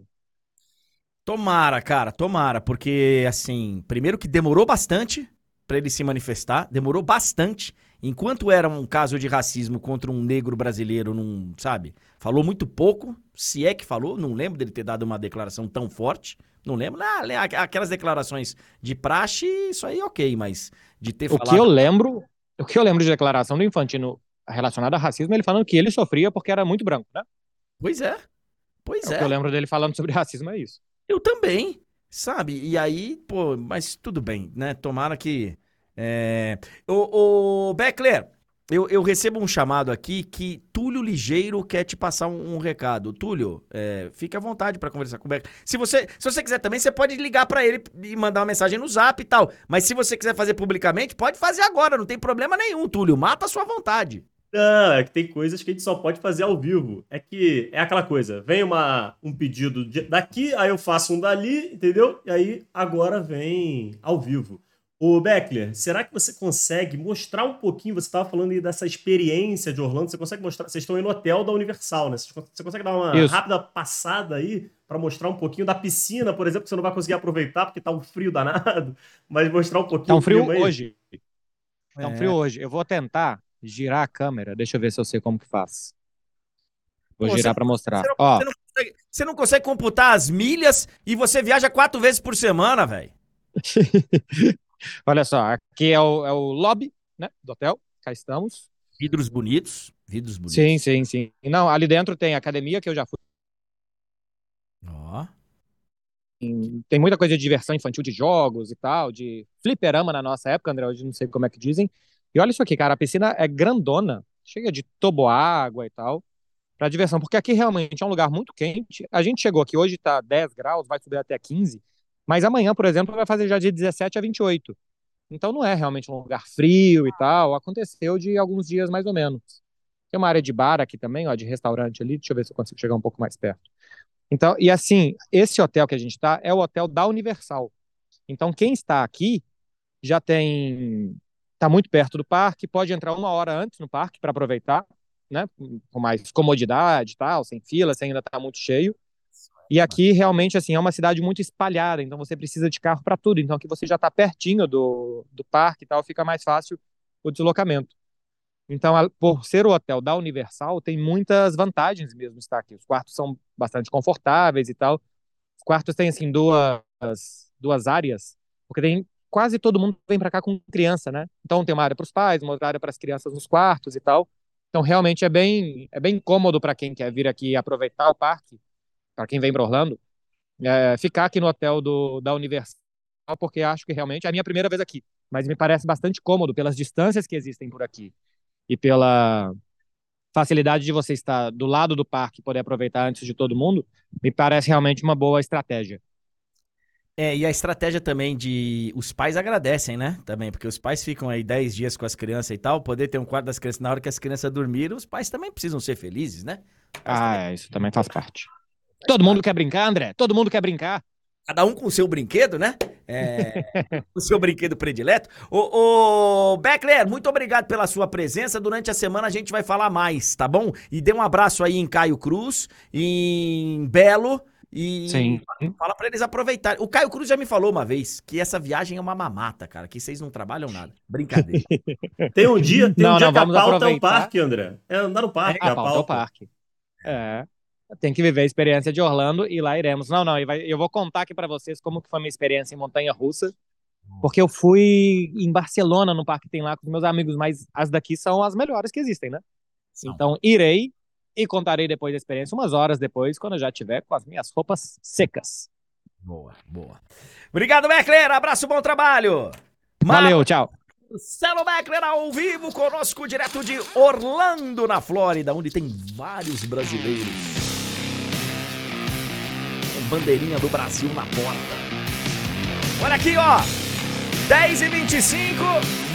Tomara, cara, tomara, porque, assim, primeiro que demorou bastante para ele se manifestar, demorou bastante, enquanto era um caso de racismo contra um negro brasileiro, não, sabe, falou muito pouco, se é que falou, não lembro dele ter dado uma declaração tão forte, não lembro, ah, aquelas declarações de praxe, isso aí ok, mas de ter o falado... Que eu lembro, o que eu lembro de declaração do Infantino relacionada a racismo, ele falando que ele sofria porque era muito branco, né? Pois é, pois é. é. O que eu lembro dele falando sobre racismo é isso. Eu também, sabe? E aí, pô, mas tudo bem, né? Tomara que... É... Ô, ô, Beckler, eu, eu recebo um chamado aqui que Túlio Ligeiro quer te passar um, um recado. Túlio, é, fique à vontade para conversar com o Beckler. Se você, se você quiser também, você pode ligar para ele e mandar uma mensagem no Zap e tal. Mas se você quiser fazer publicamente, pode fazer agora, não tem problema nenhum, Túlio. Mata a sua vontade. Não, é que tem coisas que a gente só pode fazer ao vivo. É que é aquela coisa, vem uma, um pedido de, daqui, aí eu faço um dali, entendeu? E aí agora vem ao vivo. Ô Beckler, será que você consegue mostrar um pouquinho, você estava falando aí dessa experiência de Orlando, você consegue mostrar, vocês estão aí no hotel da Universal, né? Você consegue dar uma Isso. rápida passada aí para mostrar um pouquinho da piscina, por exemplo, que você não vai conseguir aproveitar porque tá um frio danado, mas mostrar um pouquinho Tá um frio aí. hoje. Tá um É. frio hoje. Eu vou tentar girar a câmera, deixa eu ver se eu sei como que faz. Vou Pô, girar você- para mostrar. Você não, Ó, você não consegue, você não consegue computar as milhas e você viaja quatro vezes por semana, velho. olha só, aqui é o, é o lobby, né, do hotel. Cá estamos. Vidros bonitos, vidros bonitos. Sim, sim, sim. Não, ali dentro tem academia, que eu já fui. Ó. Tem muita coisa de diversão infantil, de jogos e tal, de fliperama na nossa época, André, hoje não sei como é que dizem. E olha isso aqui, cara, a piscina é grandona, chega de toboágua e tal, pra diversão, porque aqui realmente é um lugar muito quente. A gente chegou aqui hoje, tá dez graus, vai subir até quinze, mas amanhã, por exemplo, vai fazer já de dezessete a vinte e oito. Então não é realmente um lugar frio e tal, aconteceu de alguns dias mais ou menos. Tem uma área de bar aqui também, ó, de restaurante ali, deixa eu ver se eu consigo chegar um pouco mais perto. Então, e assim, esse hotel que a gente está é o hotel da Universal. Então, quem está aqui já tem, está muito perto do parque, pode entrar uma hora antes no parque para aproveitar, né, com mais comodidade e tal, sem fila, sem ainda estar muito cheio. E aqui realmente assim é uma cidade muito espalhada, então você precisa de carro para tudo. Então aqui você já está pertinho do, do parque e tal, fica mais fácil o deslocamento. Então, a- por ser o hotel da Universal, tem muitas vantagens mesmo estar aqui. Os quartos são bastante confortáveis e tal. Os quartos têm assim duas duas áreas, porque tem quase todo mundo vem para cá com criança, né? Então tem uma área para os pais, uma outra área para as crianças nos quartos e tal. Então realmente é bem é bem cômodo para quem quer vir aqui aproveitar o parque, para quem vem para Orlando, é, ficar aqui no hotel do, da Universal, porque acho que realmente é a minha primeira vez aqui, mas me parece bastante cômodo pelas distâncias que existem por aqui e pela facilidade de você estar do lado do parque e poder aproveitar antes de todo mundo, me parece realmente uma boa estratégia. É, e a estratégia também de... Os pais agradecem, né? Também, porque os pais ficam aí dez dias com as crianças e tal, poder ter um quarto das crianças na hora que as crianças dormiram, os pais também precisam ser felizes, né? Os pais Ah, também- é, isso também faz parte. Todo mundo quer brincar, André? Todo mundo quer brincar. Cada um com o seu brinquedo, né? É, o seu brinquedo predileto. Ô, ô, Beckler, muito obrigado pela sua presença. Durante a semana a gente vai falar mais, tá bom? E dê um abraço aí em Caio Cruz, em Belo. E Sim. fala pra eles aproveitarem. O Caio Cruz já me falou uma vez que essa viagem é uma mamata, cara, que vocês não trabalham nada. Brincadeira. Tem um dia, tem Não, um dia não, que a vamos pauta é o aproveitar. parque, André. É andar no parque, A a pauta é o pauta. parque. É. Tem que viver a experiência de Orlando e lá iremos. Não, não, e vai- eu vou contar aqui pra vocês como que foi a minha experiência em montanha-russa, porque eu fui em Barcelona, no parque que tem lá com os meus amigos, mas as daqui são as melhores que existem, né? São. Então, irei e contarei depois da experiência, umas horas depois, quando eu já tiver com as minhas roupas secas. Boa, boa. Obrigado, Beckler. Abraço, bom trabalho. Valeu, tchau. Marcelo Beckler ao vivo conosco, direto de Orlando, na Flórida, onde tem vários brasileiros. Com bandeirinha do Brasil na porta. Olha aqui, ó. dez e vinte e cinco.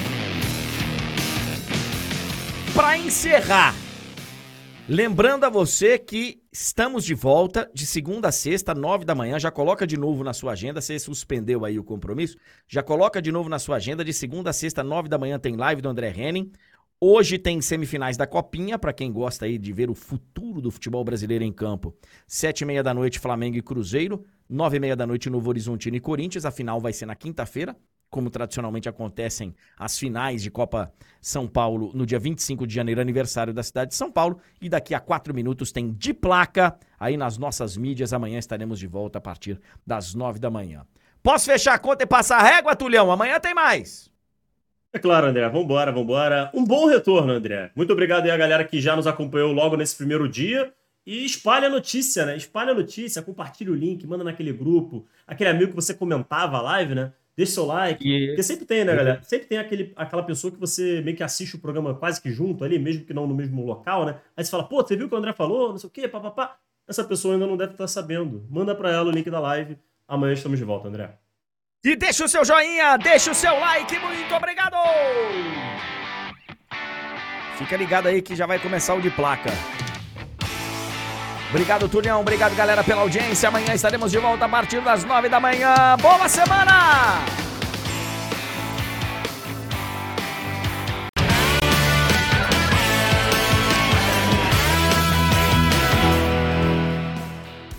Para encerrar, lembrando a você que estamos de volta de segunda a sexta, nove da manhã. Já coloca de novo na sua agenda. Você suspendeu aí o compromisso. Já coloca de novo na sua agenda. De segunda a sexta, nove da manhã, tem live do André Henning. Hoje tem semifinais da Copinha, para quem gosta aí de ver o futuro do futebol brasileiro em campo. Sete e meia da noite, Flamengo e Cruzeiro. Nove e meia da noite, Novo Horizontino e Corinthians. A final vai ser na quinta-feira, como tradicionalmente acontecem as finais de Copa São Paulo no dia vinte e cinco de janeiro, aniversário da cidade de São Paulo. E daqui a quatro minutos tem De Placa aí nas nossas mídias. Amanhã estaremos de volta a partir das nove da manhã. Posso fechar a conta e passar a régua, Tulhão? Amanhã tem mais. É claro, André. Vambora, vambora. Um bom retorno, André. Muito obrigado aí a galera que já nos acompanhou logo nesse primeiro dia. E espalha a notícia, né? Espalha a notícia, compartilha o link, manda naquele grupo. Aquele amigo que você comentava a live, né? Deixa seu like. E- Porque sempre tem, né, galera? Sempre tem aquele, aquela pessoa que você meio que assiste o programa quase que junto ali, mesmo que não no mesmo local, né? Aí você fala, pô, você viu o que o André falou? Não sei o quê, papapá. Essa pessoa ainda não deve estar sabendo. Manda pra ela o link da live. Amanhã estamos de volta, André. E deixa o seu joinha, deixa o seu like, muito obrigado! Fica ligado aí que já vai começar o De Placa. Obrigado, Tulhão, obrigado, galera, pela audiência. Amanhã estaremos de volta a partir das nove da manhã. Boa semana!